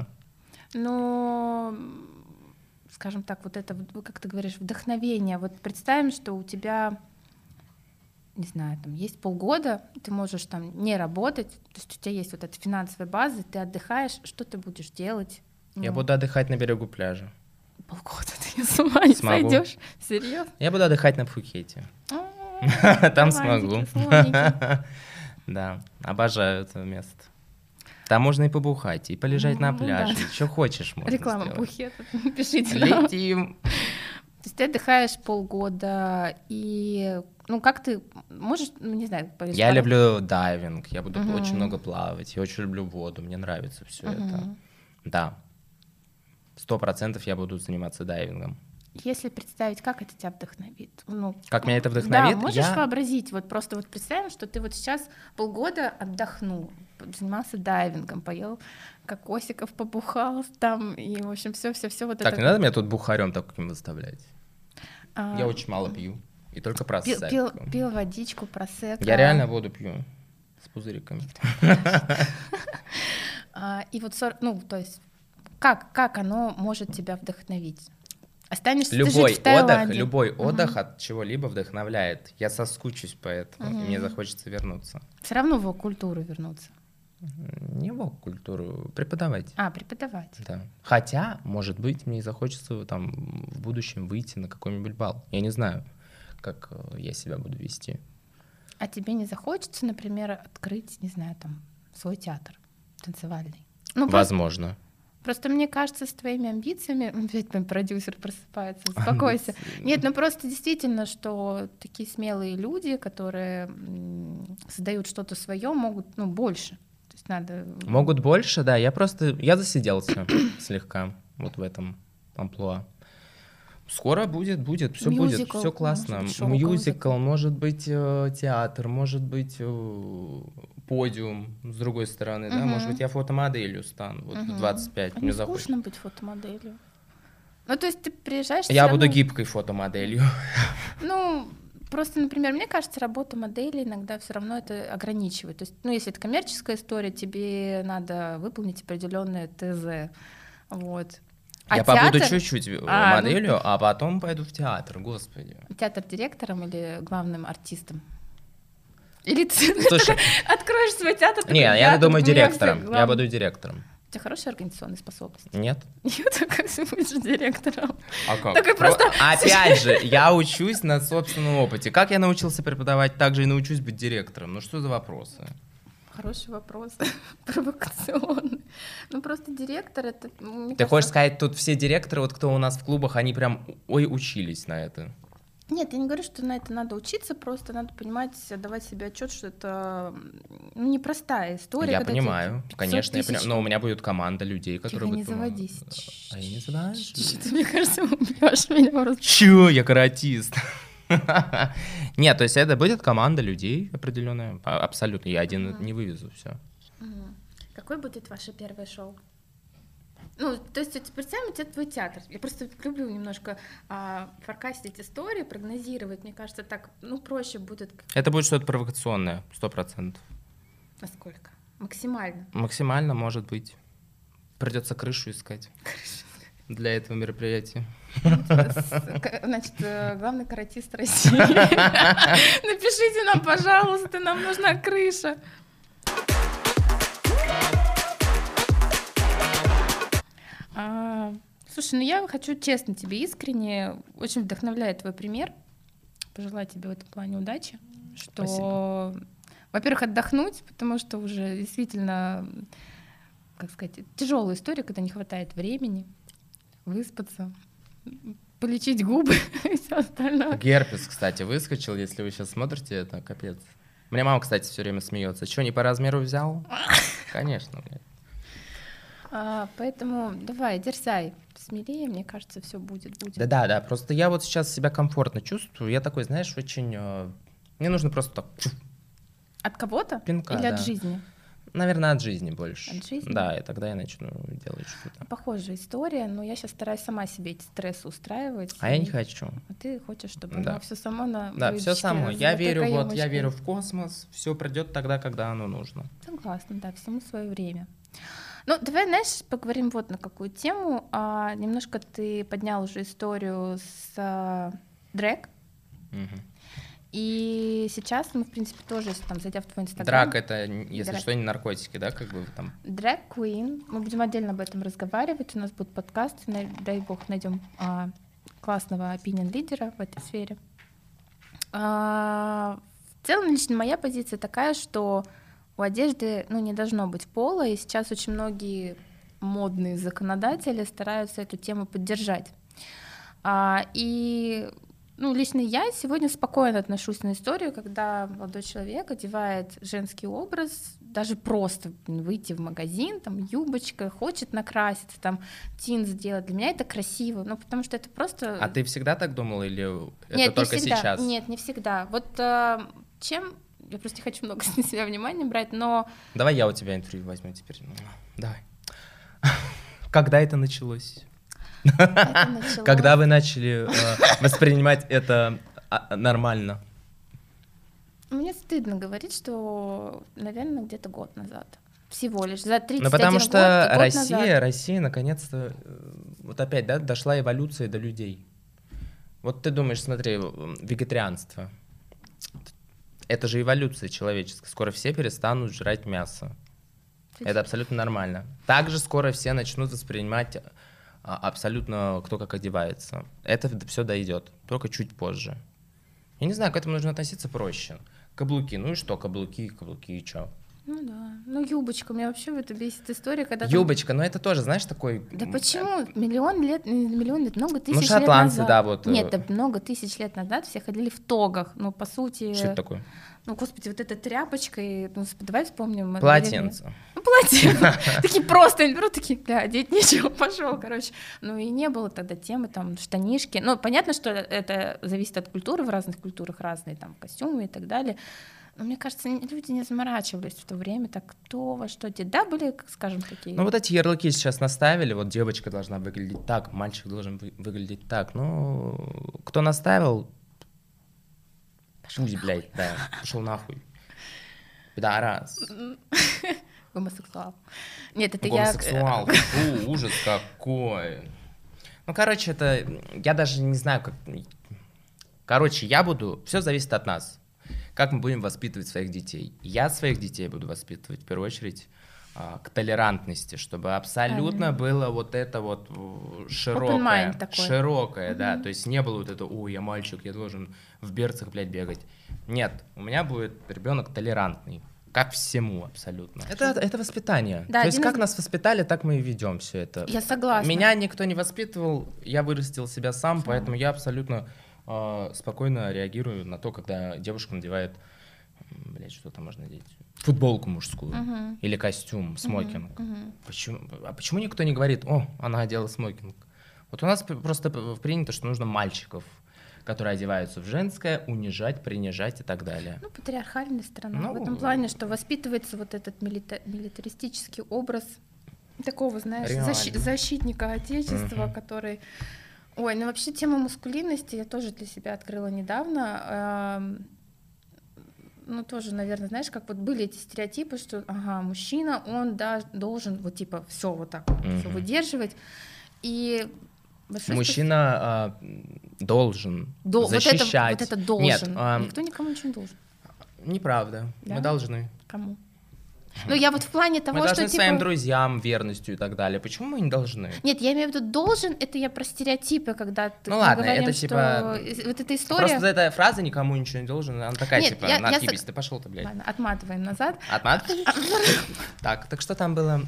Но, скажем так, вот это, как ты говоришь, вдохновение. Вот представим, что у тебя, не знаю, там есть полгода, ты можешь там не работать, то есть у тебя есть вот эта финансовая база, ты отдыхаешь, что ты будешь делать? Я буду отдыхать на берегу пляжа. Полгода ты с ума не Смогу. сойдешь? Серьезно? Я буду отдыхать на Пхукете. Там смогу. Да, обожаю это место. Там можно и побухать, и полежать на Ну пляже. да. Что хочешь можно Реклама сделать. Пхукета. Пишите нам. То Летим. есть ты отдыхаешь полгода, и, ну, как ты можешь, ну, не знаю, повезло. Я люблю дайвинг, я буду очень много плавать, я очень люблю воду, мне нравится все это. Да, 100% я буду заниматься дайвингом. Если представить, как это тебя вдохновит? Ну, Как меня это вдохновит? Да, можешь вообразить, вот просто вот представим, что ты вот сейчас полгода отдохнул, занимался дайвингом, поел кокосиков, побухал там, и, в общем, все вот Так, это. не надо меня тут бухарем таким выставлять. А, Я очень мало пью, и только просекко. пил водичку, просекко. Я реально воду пью с пузыриками. И вот, ну, то есть, как оно может тебя вдохновить? Останешься ты жить в Таиланде. Любой отдых от чего-либо вдохновляет. Я соскучусь по этому, и мне захочется вернуться. Все равно в культуру вернуться. Не в культуру, преподавать. Преподавать. Да. Хотя, может быть, мне захочется там в будущем выйти на какой-нибудь бал. Я не знаю, как я себя буду вести. А тебе не захочется, например, открыть, не знаю, там, свой театр танцевальный? Ну, Возможно. Просто мне кажется, с твоими амбициями, опять мой продюсер просыпается, успокойся. Нет, ну просто действительно, что такие смелые люди, которые создают что-то свое, могут, ну, больше. То есть надо... Могут больше, да. Я засиделся слегка вот в этом амплуа. Скоро будет, все будет, все классно. Мюзикл, может быть, театр, может быть, подиум с другой стороны, да, может быть, я фотомоделью стану, вот в 25. А мне не захочется. скучно быть фотомоделью? Ну, то есть ты приезжаешь... Я буду гибкой фотомоделью. Ну, просто, например, мне кажется, работа модели иногда все равно это ограничивает. То есть, ну, если это коммерческая история, тебе надо выполнить определенное ТЗ, вот. Я побуду чуть-чуть моделью, а потом пойду в театр, господи. Театр директором или главным артистом? Или ты откроешь свой театр? Не, я думаю директором. Я буду директором. У тебя хорошие организационные способности? Нет. Нет, как ты будешь директором? А как? Такой просто... Опять же, я учусь на собственном опыте. Как я научился преподавать, так же и научусь быть директором. Ну что за вопросы? Хороший вопрос, провокационный. Ну просто директор это... Ты хочешь сказать, тут все директоры, вот кто у нас в клубах, они прям, учились на это? Нет, я не говорю, что на это надо учиться, просто надо понимать, давать себе отчет, что это непростая история. Я понимаю, конечно, но у меня будет команда людей, которые будут... Не заводись. А я не знаю. Ты, мне кажется, убьешь меня просто. Чё, я каратист. Нет, то есть это будет команда людей определенная, абсолютно. Я один не вывезу, все. Какое будет ваше первое шоу? Ну, то есть, представим, это твой театр. Я просто люблю немножко форкастить истории, прогнозировать. Мне кажется, так, проще будет. Это будет что-то провокационное, 100%. Насколько? Максимально? Максимально, может быть. Придется крышу искать для этого мероприятия. Значит, главный каратист России. Напишите нам, пожалуйста, нам нужна крыша. Слушай, я хочу честно тебе, искренне, очень вдохновляет твой пример. Пожелаю тебе в этом плане удачи. Что, спасибо. Во-первых, отдохнуть, потому что уже действительно, как сказать, тяжелая история, когда не хватает времени, выспаться, полечить губы и все остальное. Герпес, кстати, выскочил, если вы сейчас смотрите, это капец. Мне мама, кстати, все время смеется. Что, не по размеру взял? Конечно, блядь. Поэтому давай, дерзай, смелее, мне кажется, все будет. Да, просто я вот сейчас себя комфортно чувствую, я такой, знаешь, очень... Мне нужно просто так... От кого-то? Пинка, или да. от жизни? Наверное, от жизни больше. От жизни? Да, и тогда я начну делать что-то. Похожая история, но я сейчас стараюсь сама себе эти стрессы устраивать. А я не хочу. А ты хочешь, чтобы да. все само на Да, все само. Я верю в космос, все придет тогда, когда оно нужно. Согласна, да, всему свое время. Ну, давай, знаешь, поговорим вот на какую тему. Немножко ты поднял уже историю с дрэг. Угу. И сейчас мы, в принципе, тоже, если там, зайдя в твой инстаграм... Драг — это, если что, не наркотики, да, как бы там... Drag Queen. Мы будем отдельно об этом разговаривать. У нас будут подкасты. Дай бог, найдем классного opinion-лидера в этой сфере. В целом, лично моя позиция такая, что у одежды, не должно быть пола, и сейчас очень многие модные законодатели стараются эту тему поддержать. И лично я сегодня спокойно отношусь на историю, когда молодой человек одевает женский образ, даже просто выйти в магазин, там юбочка, хочет накраситься, там тинт сделать. Для меня это красиво, потому что это просто... А ты всегда так думала или Нет, это только не всегда. сейчас? Нет, не всегда. Вот чем... Я просто не хочу много на себя внимания брать, но... Давай я у тебя интервью возьму теперь. Давай. Когда это началось? Когда вы начали воспринимать это нормально? Мне стыдно говорить, что, наверное, где-то год назад. Всего лишь. За 31 год. Потому что Россия наконец-то, вот опять, да, дошла эволюция до людей. Вот ты думаешь, смотри, вегетарианство. Это же эволюция человеческая. Скоро все перестанут жрать мясо. Это абсолютно нормально. Также скоро все начнут воспринимать абсолютно кто как одевается. Это все дойдет, только чуть позже. Я не знаю, к этому нужно относиться проще. Каблуки, и что, каблуки и что? Да. Юбочка, меня вообще в это бесит история, когда... Юбочка, это тоже, знаешь, такой... Да почему? Миллион лет, много тысяч лет шотландцы, назад. да, вот... Нет, да много тысяч лет назад все ходили в тогах, по сути... Что это такое? Господи, вот эта тряпочка, давай вспомним... Полотенце. Полотенце. Такие просто берут, такие, одеть нечего, пошел, короче. И не было тогда темы, штанишки. Понятно, что это зависит от культуры, в разных культурах разные костюмы и так далее. Но мне кажется, люди не заморачивались в то время, так кто во что одет. Да, были, скажем, такие... вот эти ярлыки сейчас наставили, вот девочка должна выглядеть так, мальчик должен выглядеть так. Кто наставил... Пусть, блядь, да, пошел нахуй. Пидорас. Гомосексуал. Нет, это Гомосексуал. Фу, ужас какой. Это... Я даже не знаю, как... я буду... Все зависит от нас. Как мы будем воспитывать своих детей. Я своих детей буду воспитывать, в первую очередь, к толерантности, чтобы абсолютно было вот это вот широкое, да, то есть не было вот это, я мальчик, я должен в берцах, блядь, бегать. Нет, у меня будет ребенок толерантный. Как всему абсолютно. Это воспитание. Да, То есть один как нас воспитали, так мы и ведем все это. Я согласна. Меня никто не воспитывал, я вырастил себя сам, поэтому я абсолютно спокойно реагирую на то, когда девушка надевает, блядь, что там можно надеть? Футболку мужскую или костюм, смокинг. Почему никто не говорит, о, она одела смокинг? Вот у нас просто принято, что нужно мальчиков, которые одеваются в женское, унижать, принижать и так далее. Ну, патриархальная страна. Ну, в этом плане, что воспитывается вот этот милитаристический образ такого, знаешь, Реально. защитника Отечества, который... Ой, ну вообще тема маскулинности я тоже для себя открыла недавно. Ну, тоже, наверное, знаешь, как вот были эти стереотипы, что, ага, мужчина, он должен вот типа все вот так вот, все выдерживать. И мужчина должен защищать. Вот это должен. Нет, никто никому ничего не должен. Неправда. Да? Мы должны. Кому? Ну, я вот в плане того, мы должны что своим типа... друзьям верностью и так далее. Почему мы не должны? Нет, я имею в виду должен, это я про стереотипы, когда ты Ну ладно, говорим, это что типа... вот эта история... Просто эта фраза «никому ничего не должен», она такая, Нет, типа, я надъебись, ты пошел-то, блядь. Ладно, отматываем назад. Отматываешь? Так что там было?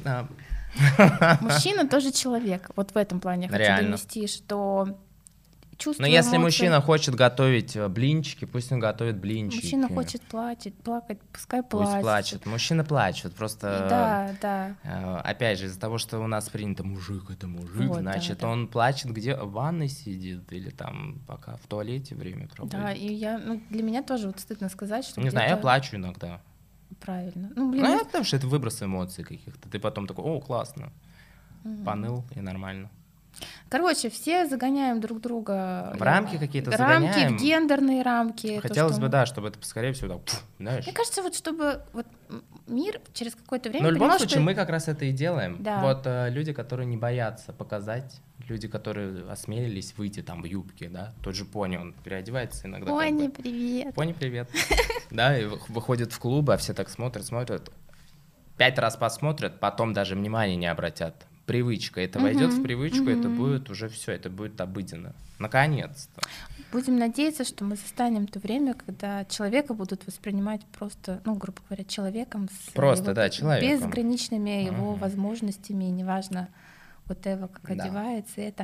Мужчина тоже человек. Вот в этом плане я хочу Реально. донести, что чувство, Но если эмоции- мужчина хочет готовить блинчики, пусть он готовит блинчики. Мужчина хочет плакать, пускай Пусть плачет. плачет. Мужчина плачет, просто... Да. Опять же, из-за того, что у нас принято мужик, это мужик, Вот, значит, да. он плачет где? В ванной сидит или там пока в туалете время проводит. Да, и для меня тоже вот стыдно сказать, что Не знаю, я где-то плачу иногда. правильно. Ну, блин, Ну, потому что это выброс эмоций каких-то. Ты потом такой, о, классно. Поныл, и нормально. короче, все загоняем друг друга В рамки какие-то рамки, загоняем. в гендерные рамки. Хотелось то, бы, что да, чтобы это поскорее всего, так, знаешь. Мне кажется, вот чтобы вот мир через какое-то время Но в любом понимал, случае что... мы как раз это и делаем. Да. Вот люди, которые не боятся показать, люди, которые осмелились выйти там в юбке, да, тот же Пони, он переодевается иногда. как Пони, бы. привет. Пони, привет. Да, и выходит в клубы, а все так смотрят. 5 раз посмотрят, потом даже внимания не обратят. Привычка, это войдет в привычку, это будет уже все, это будет обыденно. Наконец-то. Будем надеяться, что мы застанем то время, когда человека будут воспринимать просто, ну, грубо говоря, человеком. Просто, его да, человеком. безграничными его возможностями, и неважно, вот Эва как Да. одевается, это.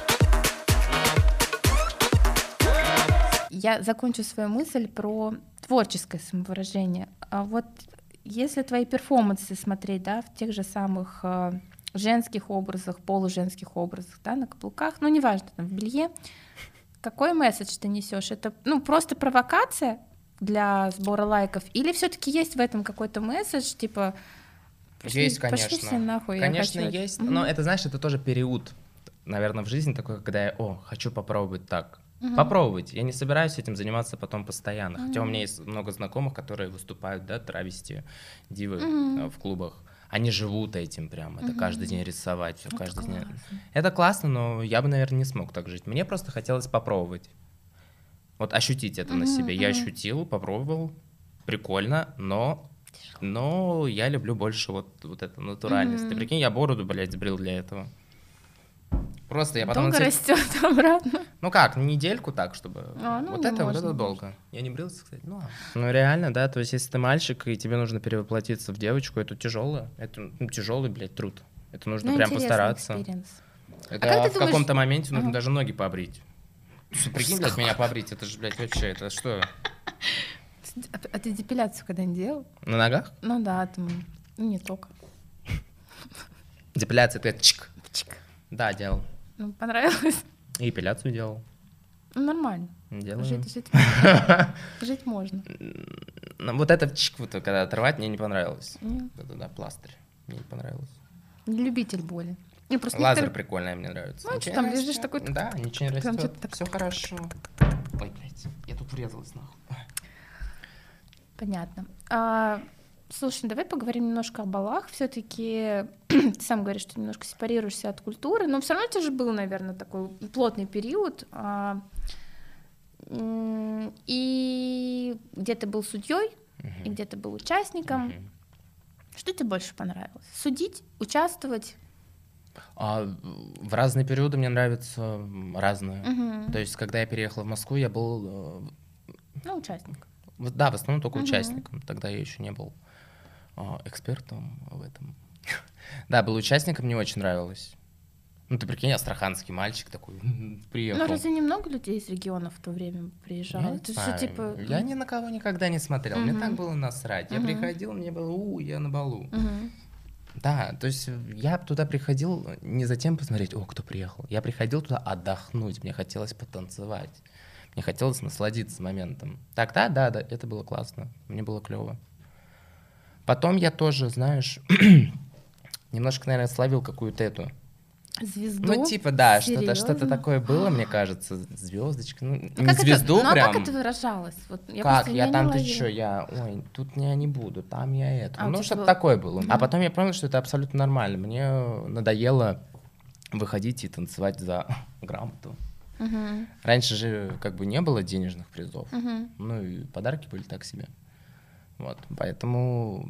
Я закончу свою мысль про творческое самовыражение. А вот если твои перформансы смотреть, да, в тех же самых женских образах, полуженских образах, да, на каблуках, ну, неважно, там, в белье, какой месседж ты несешь? Это, ну, просто провокация для сбора лайков? Или все-таки есть в этом какой-то месседж, типа, Есть, конечно. пошли все нахуй, Конечно, я хочу есть. это». Но это, знаешь, это тоже период, наверное, в жизни такой, когда я, хочу попробовать так. Попробовать. Я не собираюсь этим заниматься потом постоянно. Хотя у меня есть много знакомых, которые выступают, да, травести, дивы в клубах. Они живут этим прям. Это каждый день рисовать, все каждый день. Это классно, но я бы, наверное, не смог так жить. Мне просто хотелось попробовать. Вот ощутить это на себе. Я ощутил, попробовал. Прикольно, но я люблю больше вот эту натуральность. Ты прикинь, я бороду, блядь, сбрил для этого. Просто я потом... Долго растет обратно. Ну как, недельку так, чтобы... Ну, вот не это можно. долго. Я не брился, кстати. Ну реально, да, то есть если ты мальчик, и тебе нужно перевоплотиться в девочку, это тяжело. Это тяжелый, блядь, труд. Это нужно Ну, прям интересный experience. экспириенс. Это как ты в думаешь- каком-то моменте нужно даже ноги побрить. Прикинь, блядь, меня побрить, это же, блядь, вообще, это что? А ты депиляцию когда-нибудь делал? На ногах? Ну да, там, ну не только. Депиляция, это чик. Чик. Да, делал. Ну, понравилось? И эпиляцию делал. Ну, нормально. Делаю. Жить можно. Ну, вот это чик, вот, когда отрывать, мне не понравилось. Нет. Это, да, пластырь. Мне не понравилось. Не любитель боли. Не, просто Лазер некоторые- прикольный, мне нравится. Ну, Ничего что там, не лежишь растёт. такой- Да, ничего не прям растет. что-то так- Все хорошо. Ой, блядь, я тут врезалась нахуй. Понятно. Слушай, давай поговорим немножко о балах. Все-таки ты сам говоришь, что немножко сепарируешься от культуры, но все равно у тебя же был, наверное, такой плотный период. И где ты был судьей, и где ты был участником. Что тебе больше понравилось? Судить, участвовать? В разные периоды мне нравится разное. То есть, когда я переехал в Москву, я был... Ну, участник. Да, в основном только участником. Тогда я еще не был экспертом в этом. Да, был участником, мне очень нравилось. Ну, ты прикинь, астраханский мальчик такой приехал. Ну, разве немного людей из регионов в то время приезжало? Я не Это же знаю. типа... Я ни на кого никогда не смотрел. Мне так было насрать. Я приходил, мне было, я на балу. Да, то есть я туда приходил не за тем посмотреть, кто приехал. Я приходил туда отдохнуть, мне хотелось потанцевать. Мне хотелось насладиться моментом. Тогда, да, это было классно. Мне было клево. Потом я тоже, знаешь, немножко, наверное, словил какую-то эту... Звезду? Ну, типа, да, Серьезно? что-то такое было, мне кажется, звездочка. Ну, Ну, не как звезду это, прям. Ну, а как это выражалось? Вот, Как? Я там, ты ловила. чё? Тут я не буду, там я это. А, у Ну, тебя что-то было- такое было. А потом я понял, что это абсолютно нормально. Мне надоело выходить и танцевать за грамоту. Раньше же как бы не было денежных призов. Ну, и подарки были так себе. Вот, поэтому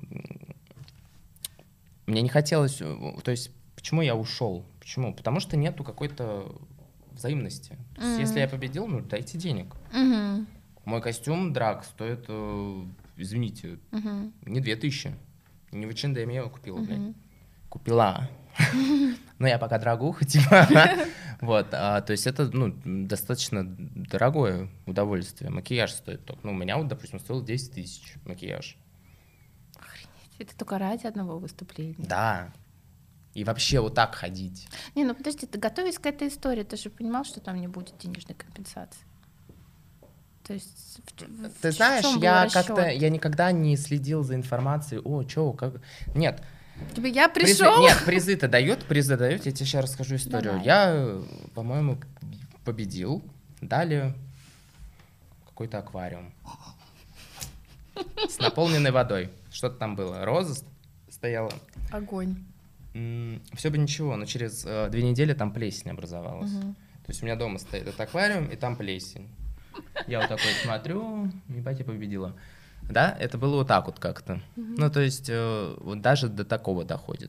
мне не хотелось... То есть, почему я ушел? Почему? Потому что нету какой-то взаимности. То есть, если я победил, ну, дайте денег. Мой костюм драг стоит, извините, не 2000. Не в H&M я его купила, блядь. Купила. Но я пока драгуха, типа. Вот, то есть это, ну, достаточно дорогое удовольствие. Макияж стоит только. Ну, у меня вот, допустим, стоил 10 тысяч макияж. Это только ради одного выступления. Да. И вообще вот так ходить. Не, ну подожди, ты готовясь к этой истории, ты же понимал, что там не будет денежной компенсации. То есть Ты в знаешь, чём был я расчёт? как-то, я никогда не следил за информацией. Как... Нет. Типа я пришел. Нет, призы-то дают, я тебе сейчас расскажу историю. Давай. Я, по-моему, победил. Дали какой-то аквариум с наполненной водой. Что-то там было. Роза стояла. Огонь. Все бы ничего, но через 2 недели там плесень образовалась. То есть у меня дома стоит этот аквариум, и там плесень. Я вот такой смотрю, ебать, я победила. Да, это было вот так вот как-то. Ну, то есть вот даже до такого доходит.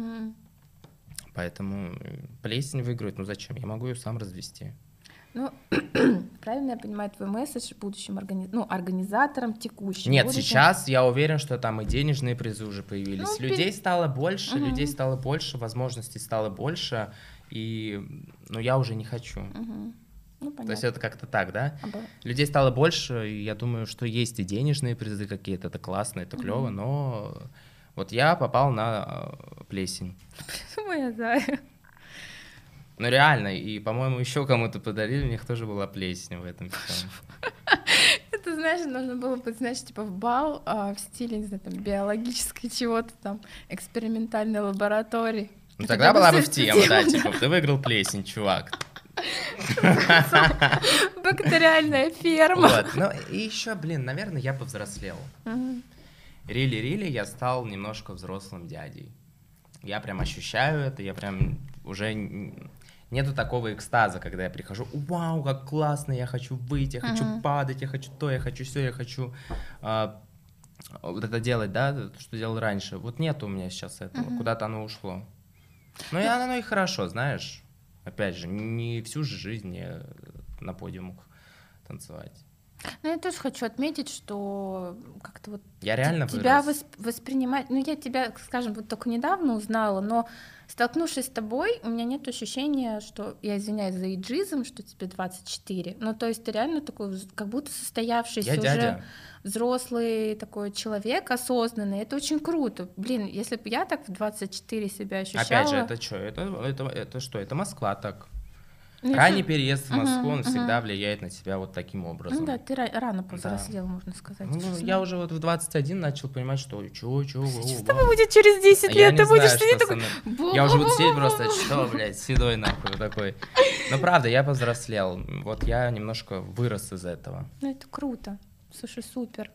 Поэтому плесень выигрывать, ну зачем? Я могу ее сам развести. Ну, правильно я понимаю твой месседж будущим организаторам текущим? Нет, будущим? сейчас я уверен, что там и денежные призы уже появились. Ну, людей стало больше, возможностей стало больше, и я уже не хочу. Ну, То есть понятно. это как-то так, да? Ага. Людей стало больше, и я думаю, что есть и денежные призы какие-то, это классно, это клево, но вот я попал на плесень. Моя зая. Ну реально, и, по-моему, еще кому-то подарили, у них тоже была плесень в этом всем. Это, знаешь, нужно было быть, знаешь, типа в бал в стиле, не знаю, там, биологической чего-то там, экспериментальной лаборатории. Ну тогда была бы в тему, тему, да, типа, ты выиграл плесень, чувак. Бактериальная ферма. Вот, ну и еще, наверное, я повзрослел. Рили, я стал немножко взрослым дядей. Я прям ощущаю это, я прям уже... Нету такого экстаза, когда я прихожу, вау, как классно, я хочу выйти, я хочу падать, я хочу то, я хочу все, я хочу вот это делать, да, то, что делал раньше. Вот нету у меня сейчас этого, куда-то оно ушло. Ну и оно и хорошо, знаешь. Опять же, не всю же жизнь мне на подиумах танцевать. Ну, я тоже хочу отметить, что как-то вот Я реально тебя вырос. воспринимать... Ну, я тебя, скажем, вот только недавно узнала, но столкнувшись с тобой, у меня нет ощущения, что, я извиняюсь за иджизм, что тебе 24. Ну, то есть ты реально такой, как будто состоявшийся Я уже дядя. взрослый такой человек, осознанный. Это очень круто. Блин, если бы я так в 24 себя ощущала... Опять же, это что? Это что? Это Москва так. Ну, Ранний ещё- переезд в Москву, он всегда влияет на тебя вот таким образом. Ну да, ты рано повзрослел, можно сказать. Ну, я уже вот в 21 начал понимать, что чего, Что с тобой будет через 10 я лет? не Ты будешь знаю, сидеть что такой... со мной. Я уже буду сидеть просто, что, блядь, седой нахуй вот такой. Ну, правда, я повзрослел. Вот я немножко вырос из этого. Ну, это круто. Слушай, супер.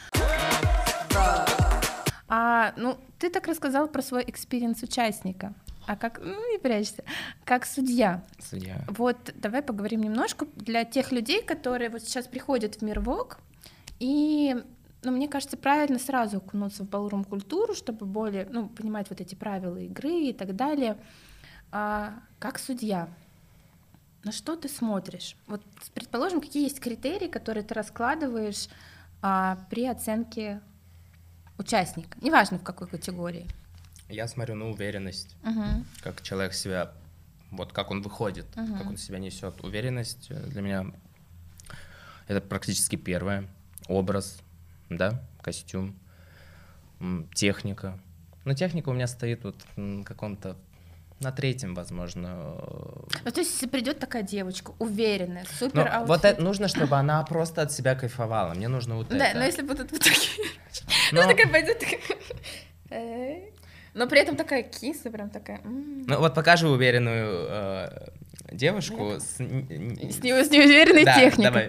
Ну, ты так рассказал про свой экспириенс участника. А как, не прячься, как судья. Судья. Вот давай поговорим немножко для тех людей, которые вот сейчас приходят в мир ВОК, и, мне кажется, правильно сразу окунуться в балрум-культуру, чтобы более, понимать вот эти правила игры и так далее. Как судья, на что ты смотришь? Вот, предположим, какие есть критерии, которые ты раскладываешь при оценке участника, неважно в какой категории? Я смотрю на уверенность, Мгм. как человек себя, вот как он выходит, как он себя несет. Уверенность для меня это практически первое. Образ, да, костюм, техника. Но техника у меня стоит вот на каком-то, на третьем, возможно. Ну, то есть, если придет такая девочка, уверенная, супер Но аутфит. вот это нужно, чтобы она просто от себя кайфовала. Мне нужно вот Да, это. но если будут вот такие... Но- Ну, такая пойдет, такая... Но при этом такая киса, прям такая... Ну вот покажи уверенную девушку с... С неуверенной Да, техникой. давай.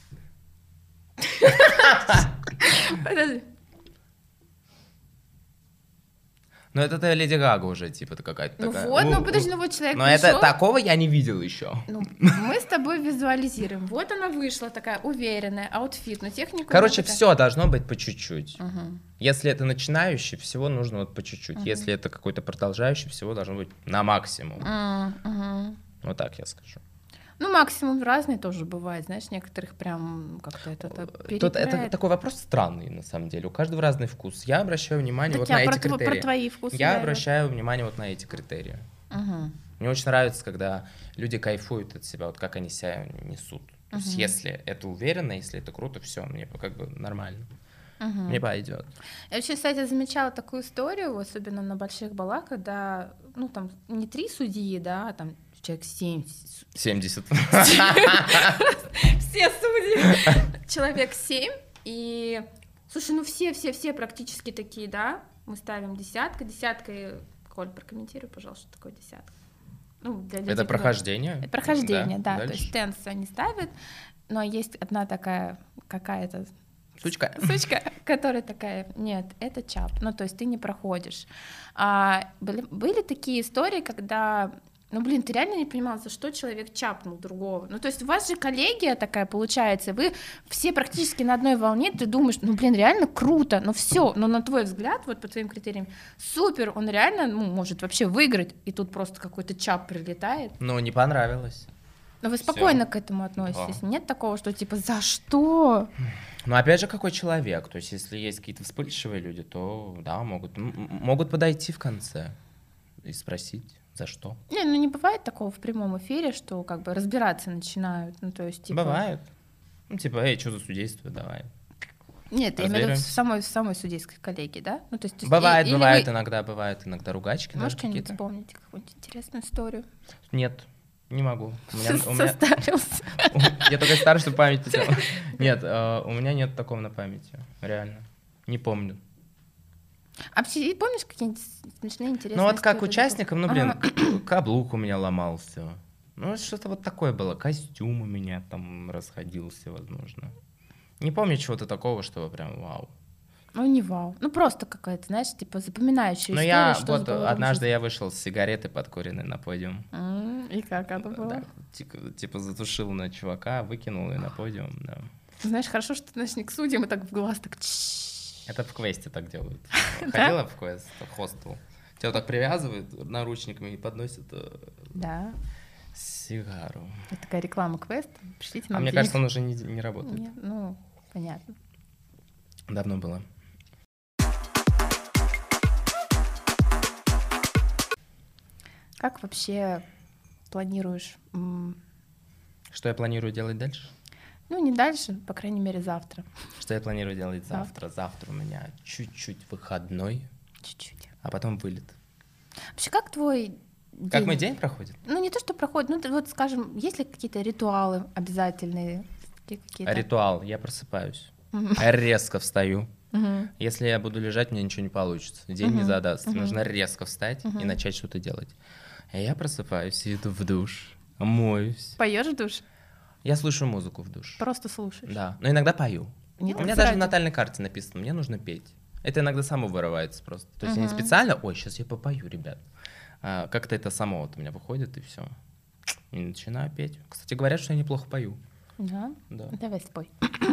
Подожди. Ну это Леди Гага уже, типа, какая-то Ну такая. вот, ну подожди, ну вот человек Но это пришёл, такого я не видел еще. ну, мы с тобой визуализируем. Вот она вышла такая уверенная, аутфит, но техника... Короче, такая... все должно быть по чуть-чуть. Мгм. Если это начинающий, всего нужно вот по чуть-чуть. Если это какой-то продолжающий, всего должно быть на максимум. Мгм. Вот так я скажу. Ну, максимум разный тоже бывает, знаешь, некоторых прям как-то это Тут это перепирает. такой вопрос странный, на самом деле. У каждого разный вкус. Я обращаю внимание Так вот я на про, эти критерии. про твои вкусы. Я говорю. обращаю внимание вот на эти критерии. Мгм. Мне очень нравится, когда люди кайфуют от себя, вот как они себя несут. То есть, если это уверенно, если это круто, все, мне как бы нормально. Мгм. Мне пойдет. Я вообще, кстати, замечала такую историю, особенно на больших балах, когда, ну, там, не 3 судьи, да, а там человек 7. 70. Все судьи. Человек 7. И, слушай, ну все практически такие, да, мы ставим десятка. Десяткой, Коль, прокомментируй, пожалуйста, что такое десятка. Ну, для людей, Это которые- прохождение? Прохождение, да. То Дальше. есть тенс они ставят, но есть одна такая какая-то Сучка. сучка, которая такая, нет, это чап, ну, то есть ты не проходишь. Были такие истории, когда, ну, блин, ты реально не понимал, за что человек чапнул другого. Ну, то есть у вас же коллегия такая получается, вы все практически на одной волне, ты думаешь, ну, блин, реально круто, но все, но на твой взгляд, вот по твоим критериям, супер, он реально, ну, может вообще выиграть, и тут просто какой-то чап прилетает. Ну, не понравилось. Но вы Всё. спокойно к этому относитесь, Да. нет такого, что типа, за что? Но опять же, какой человек? То есть, если есть какие-то вспыльчивые люди, то, да, могут подойти в конце и спросить, за что. Не, ну не бывает такого в прямом эфире, что как бы разбираться начинают, ну то есть типа... Бывает. Ну, типа, эй, что за судейство, давай. Нет, я имею в виду Разберемся. в самой судейской коллегии, да? Ну, то есть, Бывает, или бывает, вы- бывают иногда ругачки даже Можешь что-нибудь какие-то. вспомнить, какую-нибудь интересную историю? Нет, не могу. У меня- Состарился. Я только старый, чтобы память потерял. Нет, у меня нет такого на памяти, реально. Не помню. А вообще, помнишь какие-нибудь смешные, интересные Ну вот как истории? участникам, ну блин, Ага. каблук у меня ломался. Ну что-то вот такое было. Костюм у меня там расходился, возможно. Не помню чего-то такого, что прям вау. Ну, не вау. Ну, просто какая-то, знаешь, типа запоминающая Но история, я что вот было в однажды жизни. я вышел с сигаретой подкуренной на подиум. И как это было? Да, типа затушил на чувака, выкинул ее на подиум, да. Знаешь, хорошо, что ты, знаешь, не к судьям, и так в глаз так... «Чш». Это в квесте так делают. Да? Ходила в квест, в хостел. Тебя вот так привязывают наручниками и подносят Да. сигару. Это такая реклама квеста. Пришлите А нам мне денег. кажется, он уже не работает. Нет, ну, понятно. Давно было. Как вообще планируешь? Что я планирую делать дальше? Ну, не дальше, по крайней мере, завтра. Что я планирую делать завтра? Завтра у меня чуть-чуть выходной, Чуть-чуть. а потом вылет. Вообще, как твой день? Как мой день проходит? Ну, не то, что проходит, ну, ты вот, скажем, есть ли какие-то ритуалы обязательные? Какие-то? Ритуал. Я просыпаюсь. Мгм. Я резко встаю. Мгм. Если я буду лежать, мне ничего не получится. День не Мгм. задастся. Мгм. Нужно резко встать и Мгм. начать что-то делать. И я просыпаюсь, иду в душ, моюсь. Поешь в душ? Я слушаю музыку в душ. Просто слушаешь? Да, но иногда пою. Нет, У меня с даже в радио. натальной карте написано, мне нужно петь. Это иногда само вырывается просто. То есть я не Мгм. специально, ой, сейчас я попою, ребят. Как-то это само вот у меня выходит, и все. И начинаю петь. Кстати, говорят, что я неплохо пою. Да? Да. Давай спой.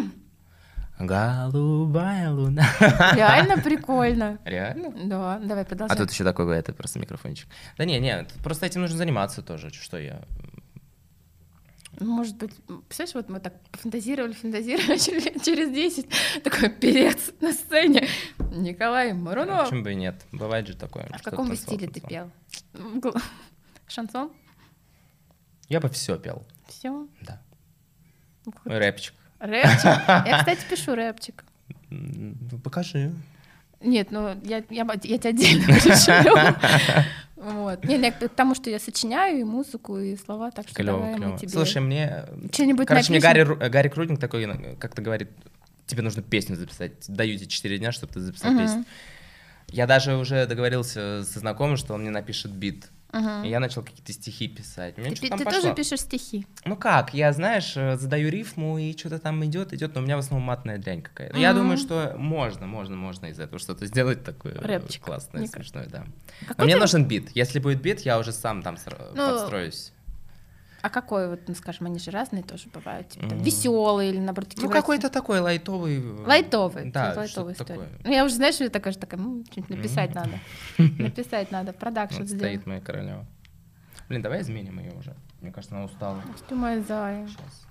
Голубая луна. Реально прикольно. Реально? Да, давай А продолжай. тут еще такой, это просто микрофончик. Да не, просто этим нужно заниматься тоже. Что я... Ну, может быть, представляешь, вот мы так фантазировали, через 10, такой перец на сцене. Николай Морунов. Почему бы и нет? Бывает же такое. А в что каком бы танцевал, стиле ты танцевал. пел? Шансон? Я бы все пел. Все. Да. Рэпчик. Рэпчик. Я, кстати, пишу рэпчик. Ну, покажи. Нет, ну я тебя отдельно пришлю. Вот. Не, к тому, что я сочиняю и музыку, и слова, так что Клево, давай клево. мы тебе Слушай, мне... что-нибудь Короче, мне напишем. Гарри Крутинг такой как-то говорит, тебе нужно песню записать. Даю тебе 4 дня, чтобы ты записал песню. Я даже уже договорился со знакомым, что он мне напишет бит. И я начал какие-то стихи писать. У меня что-то там Ты пошло. тоже пишешь стихи? Ну как, я, знаешь, задаю рифму, и что-то там идет, но у меня в основном матная дрянь какая-то. Я думаю, что можно из этого что-то сделать такое Рэпчик. классное, Никак. смешное, да. Какой Но мне ты- нужен бит. Если будет бит, я уже сам там подстроюсь. А какой, вот, ну, скажем, они же разные тоже бывают, типа там веселый или наоборот такие Ну какой-то такой лайтовый. лайтовый, Да, лайтовая что-то история. такое. Ну я уже, знаешь, я такая, что-нибудь написать надо. Написать надо, продакшн Вот сделать. стоит моя королева. Блин, давай изменим ее уже. Мне кажется, она устала. Ты моя зая. Сейчас.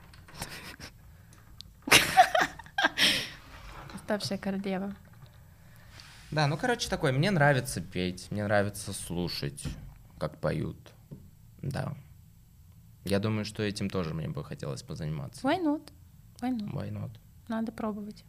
Уставшая королева. Да, ну короче такой, мне нравится петь, мне нравится слушать, как поют. Да. Я думаю, что этим тоже мне бы хотелось позаниматься. Why not? Why not? Why not? Надо пробовать.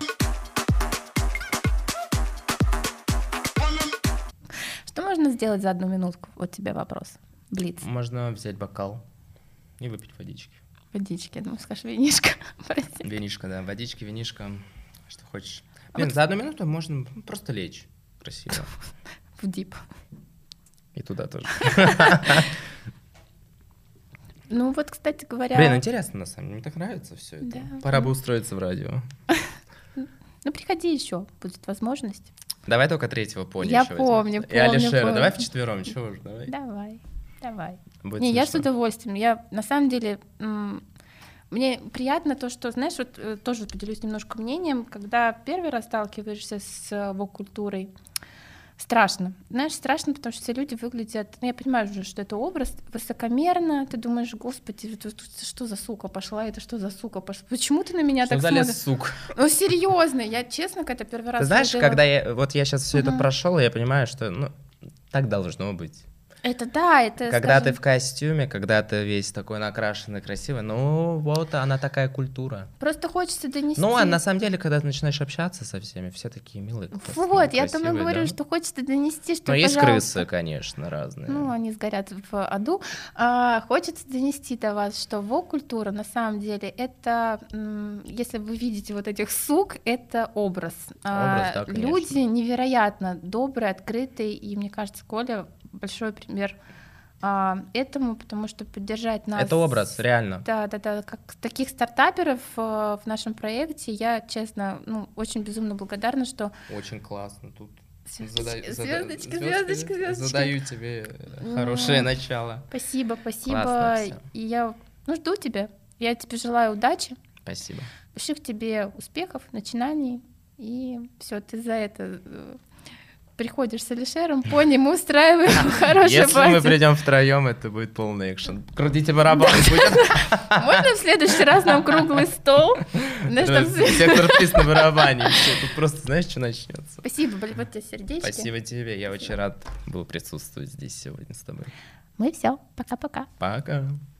Что можно сделать за 1 минутку? Вот тебе вопрос. Блиц. Можно взять бокал и выпить водички. Водички. Ну, скажешь, винишко. Прости. Винишко, да, водички, винишко, что хочешь. А Блин, вот- за 1 минуту можно просто лечь красиво. В дип. И туда тоже. Ну вот, кстати говоря... Блин, интересно на самом деле, мне так нравится все это. Да. Пора бы устроиться в радио. Ну, приходи еще, будет возможность. Давай только 3-го пони Я ещё возьмем. помню, И Алишера, помню. давай вчетвером, чего уж, давай. Давай. Будет Не, я с смешно. удовольствием. Я, на самом деле, мне приятно то, что, знаешь, вот тоже поделюсь немножко мнением, когда первый раз сталкиваешься с вок-культурой, страшно. Знаешь, страшно, потому что все люди выглядят... Ну, я понимаю уже, что это образ высокомерно. Ты думаешь, господи, это что за сука пошла? Это что за сука пошла? Почему ты на меня Что так за смотришь? лес, сук? Ну, серьезно, я честно, когда первый раз... Ты знаешь, увидела- когда я сейчас все это прошел, я понимаю, что ну так должно быть. Это да, это... Когда скажем, ты в костюме, когда ты весь такой накрашенный, красивый, ну вот она такая культура. Просто хочется донести... Ну а на самом деле, когда ты начинаешь общаться со всеми, все такие милые, классные, Вот, я тому красивые, говорю, да. что хочется донести, что, Но есть пожалуйста, крысы, конечно, разные. ну, они сгорят в аду. Хочется донести до вас, что вок-культура на самом деле это, если вы видите вот этих сук, это образ. Образ, да, конечно. Люди невероятно добрые, открытые, и мне кажется, Коля большой пример этому, потому что поддержать нас... Это образ, реально. Да, как таких стартаперов в нашем проекте, я, честно, ну, очень безумно благодарна, что Очень классно тут. Звездочка. Задаю тебе хорошее начало. Спасибо. Классно всё. И я жду тебя. Я тебе желаю удачи, Спасибо. больших тебе успехов, начинаний. И все, ты за это приходишь с Алишером, пони, мы устраиваем хороший Если мы пати. придем втроем, это будет полный экшен. Крутите барабан, будет. Можно в следующий раз нам круглый стол? Знаешь, там Сектор пис на барабане. Всё, тут просто знаешь, что начнется. Спасибо, вот тебе сердечки. Спасибо тебе, я очень рад был присутствовать здесь сегодня с тобой. Мы все, пока-пока. Пока.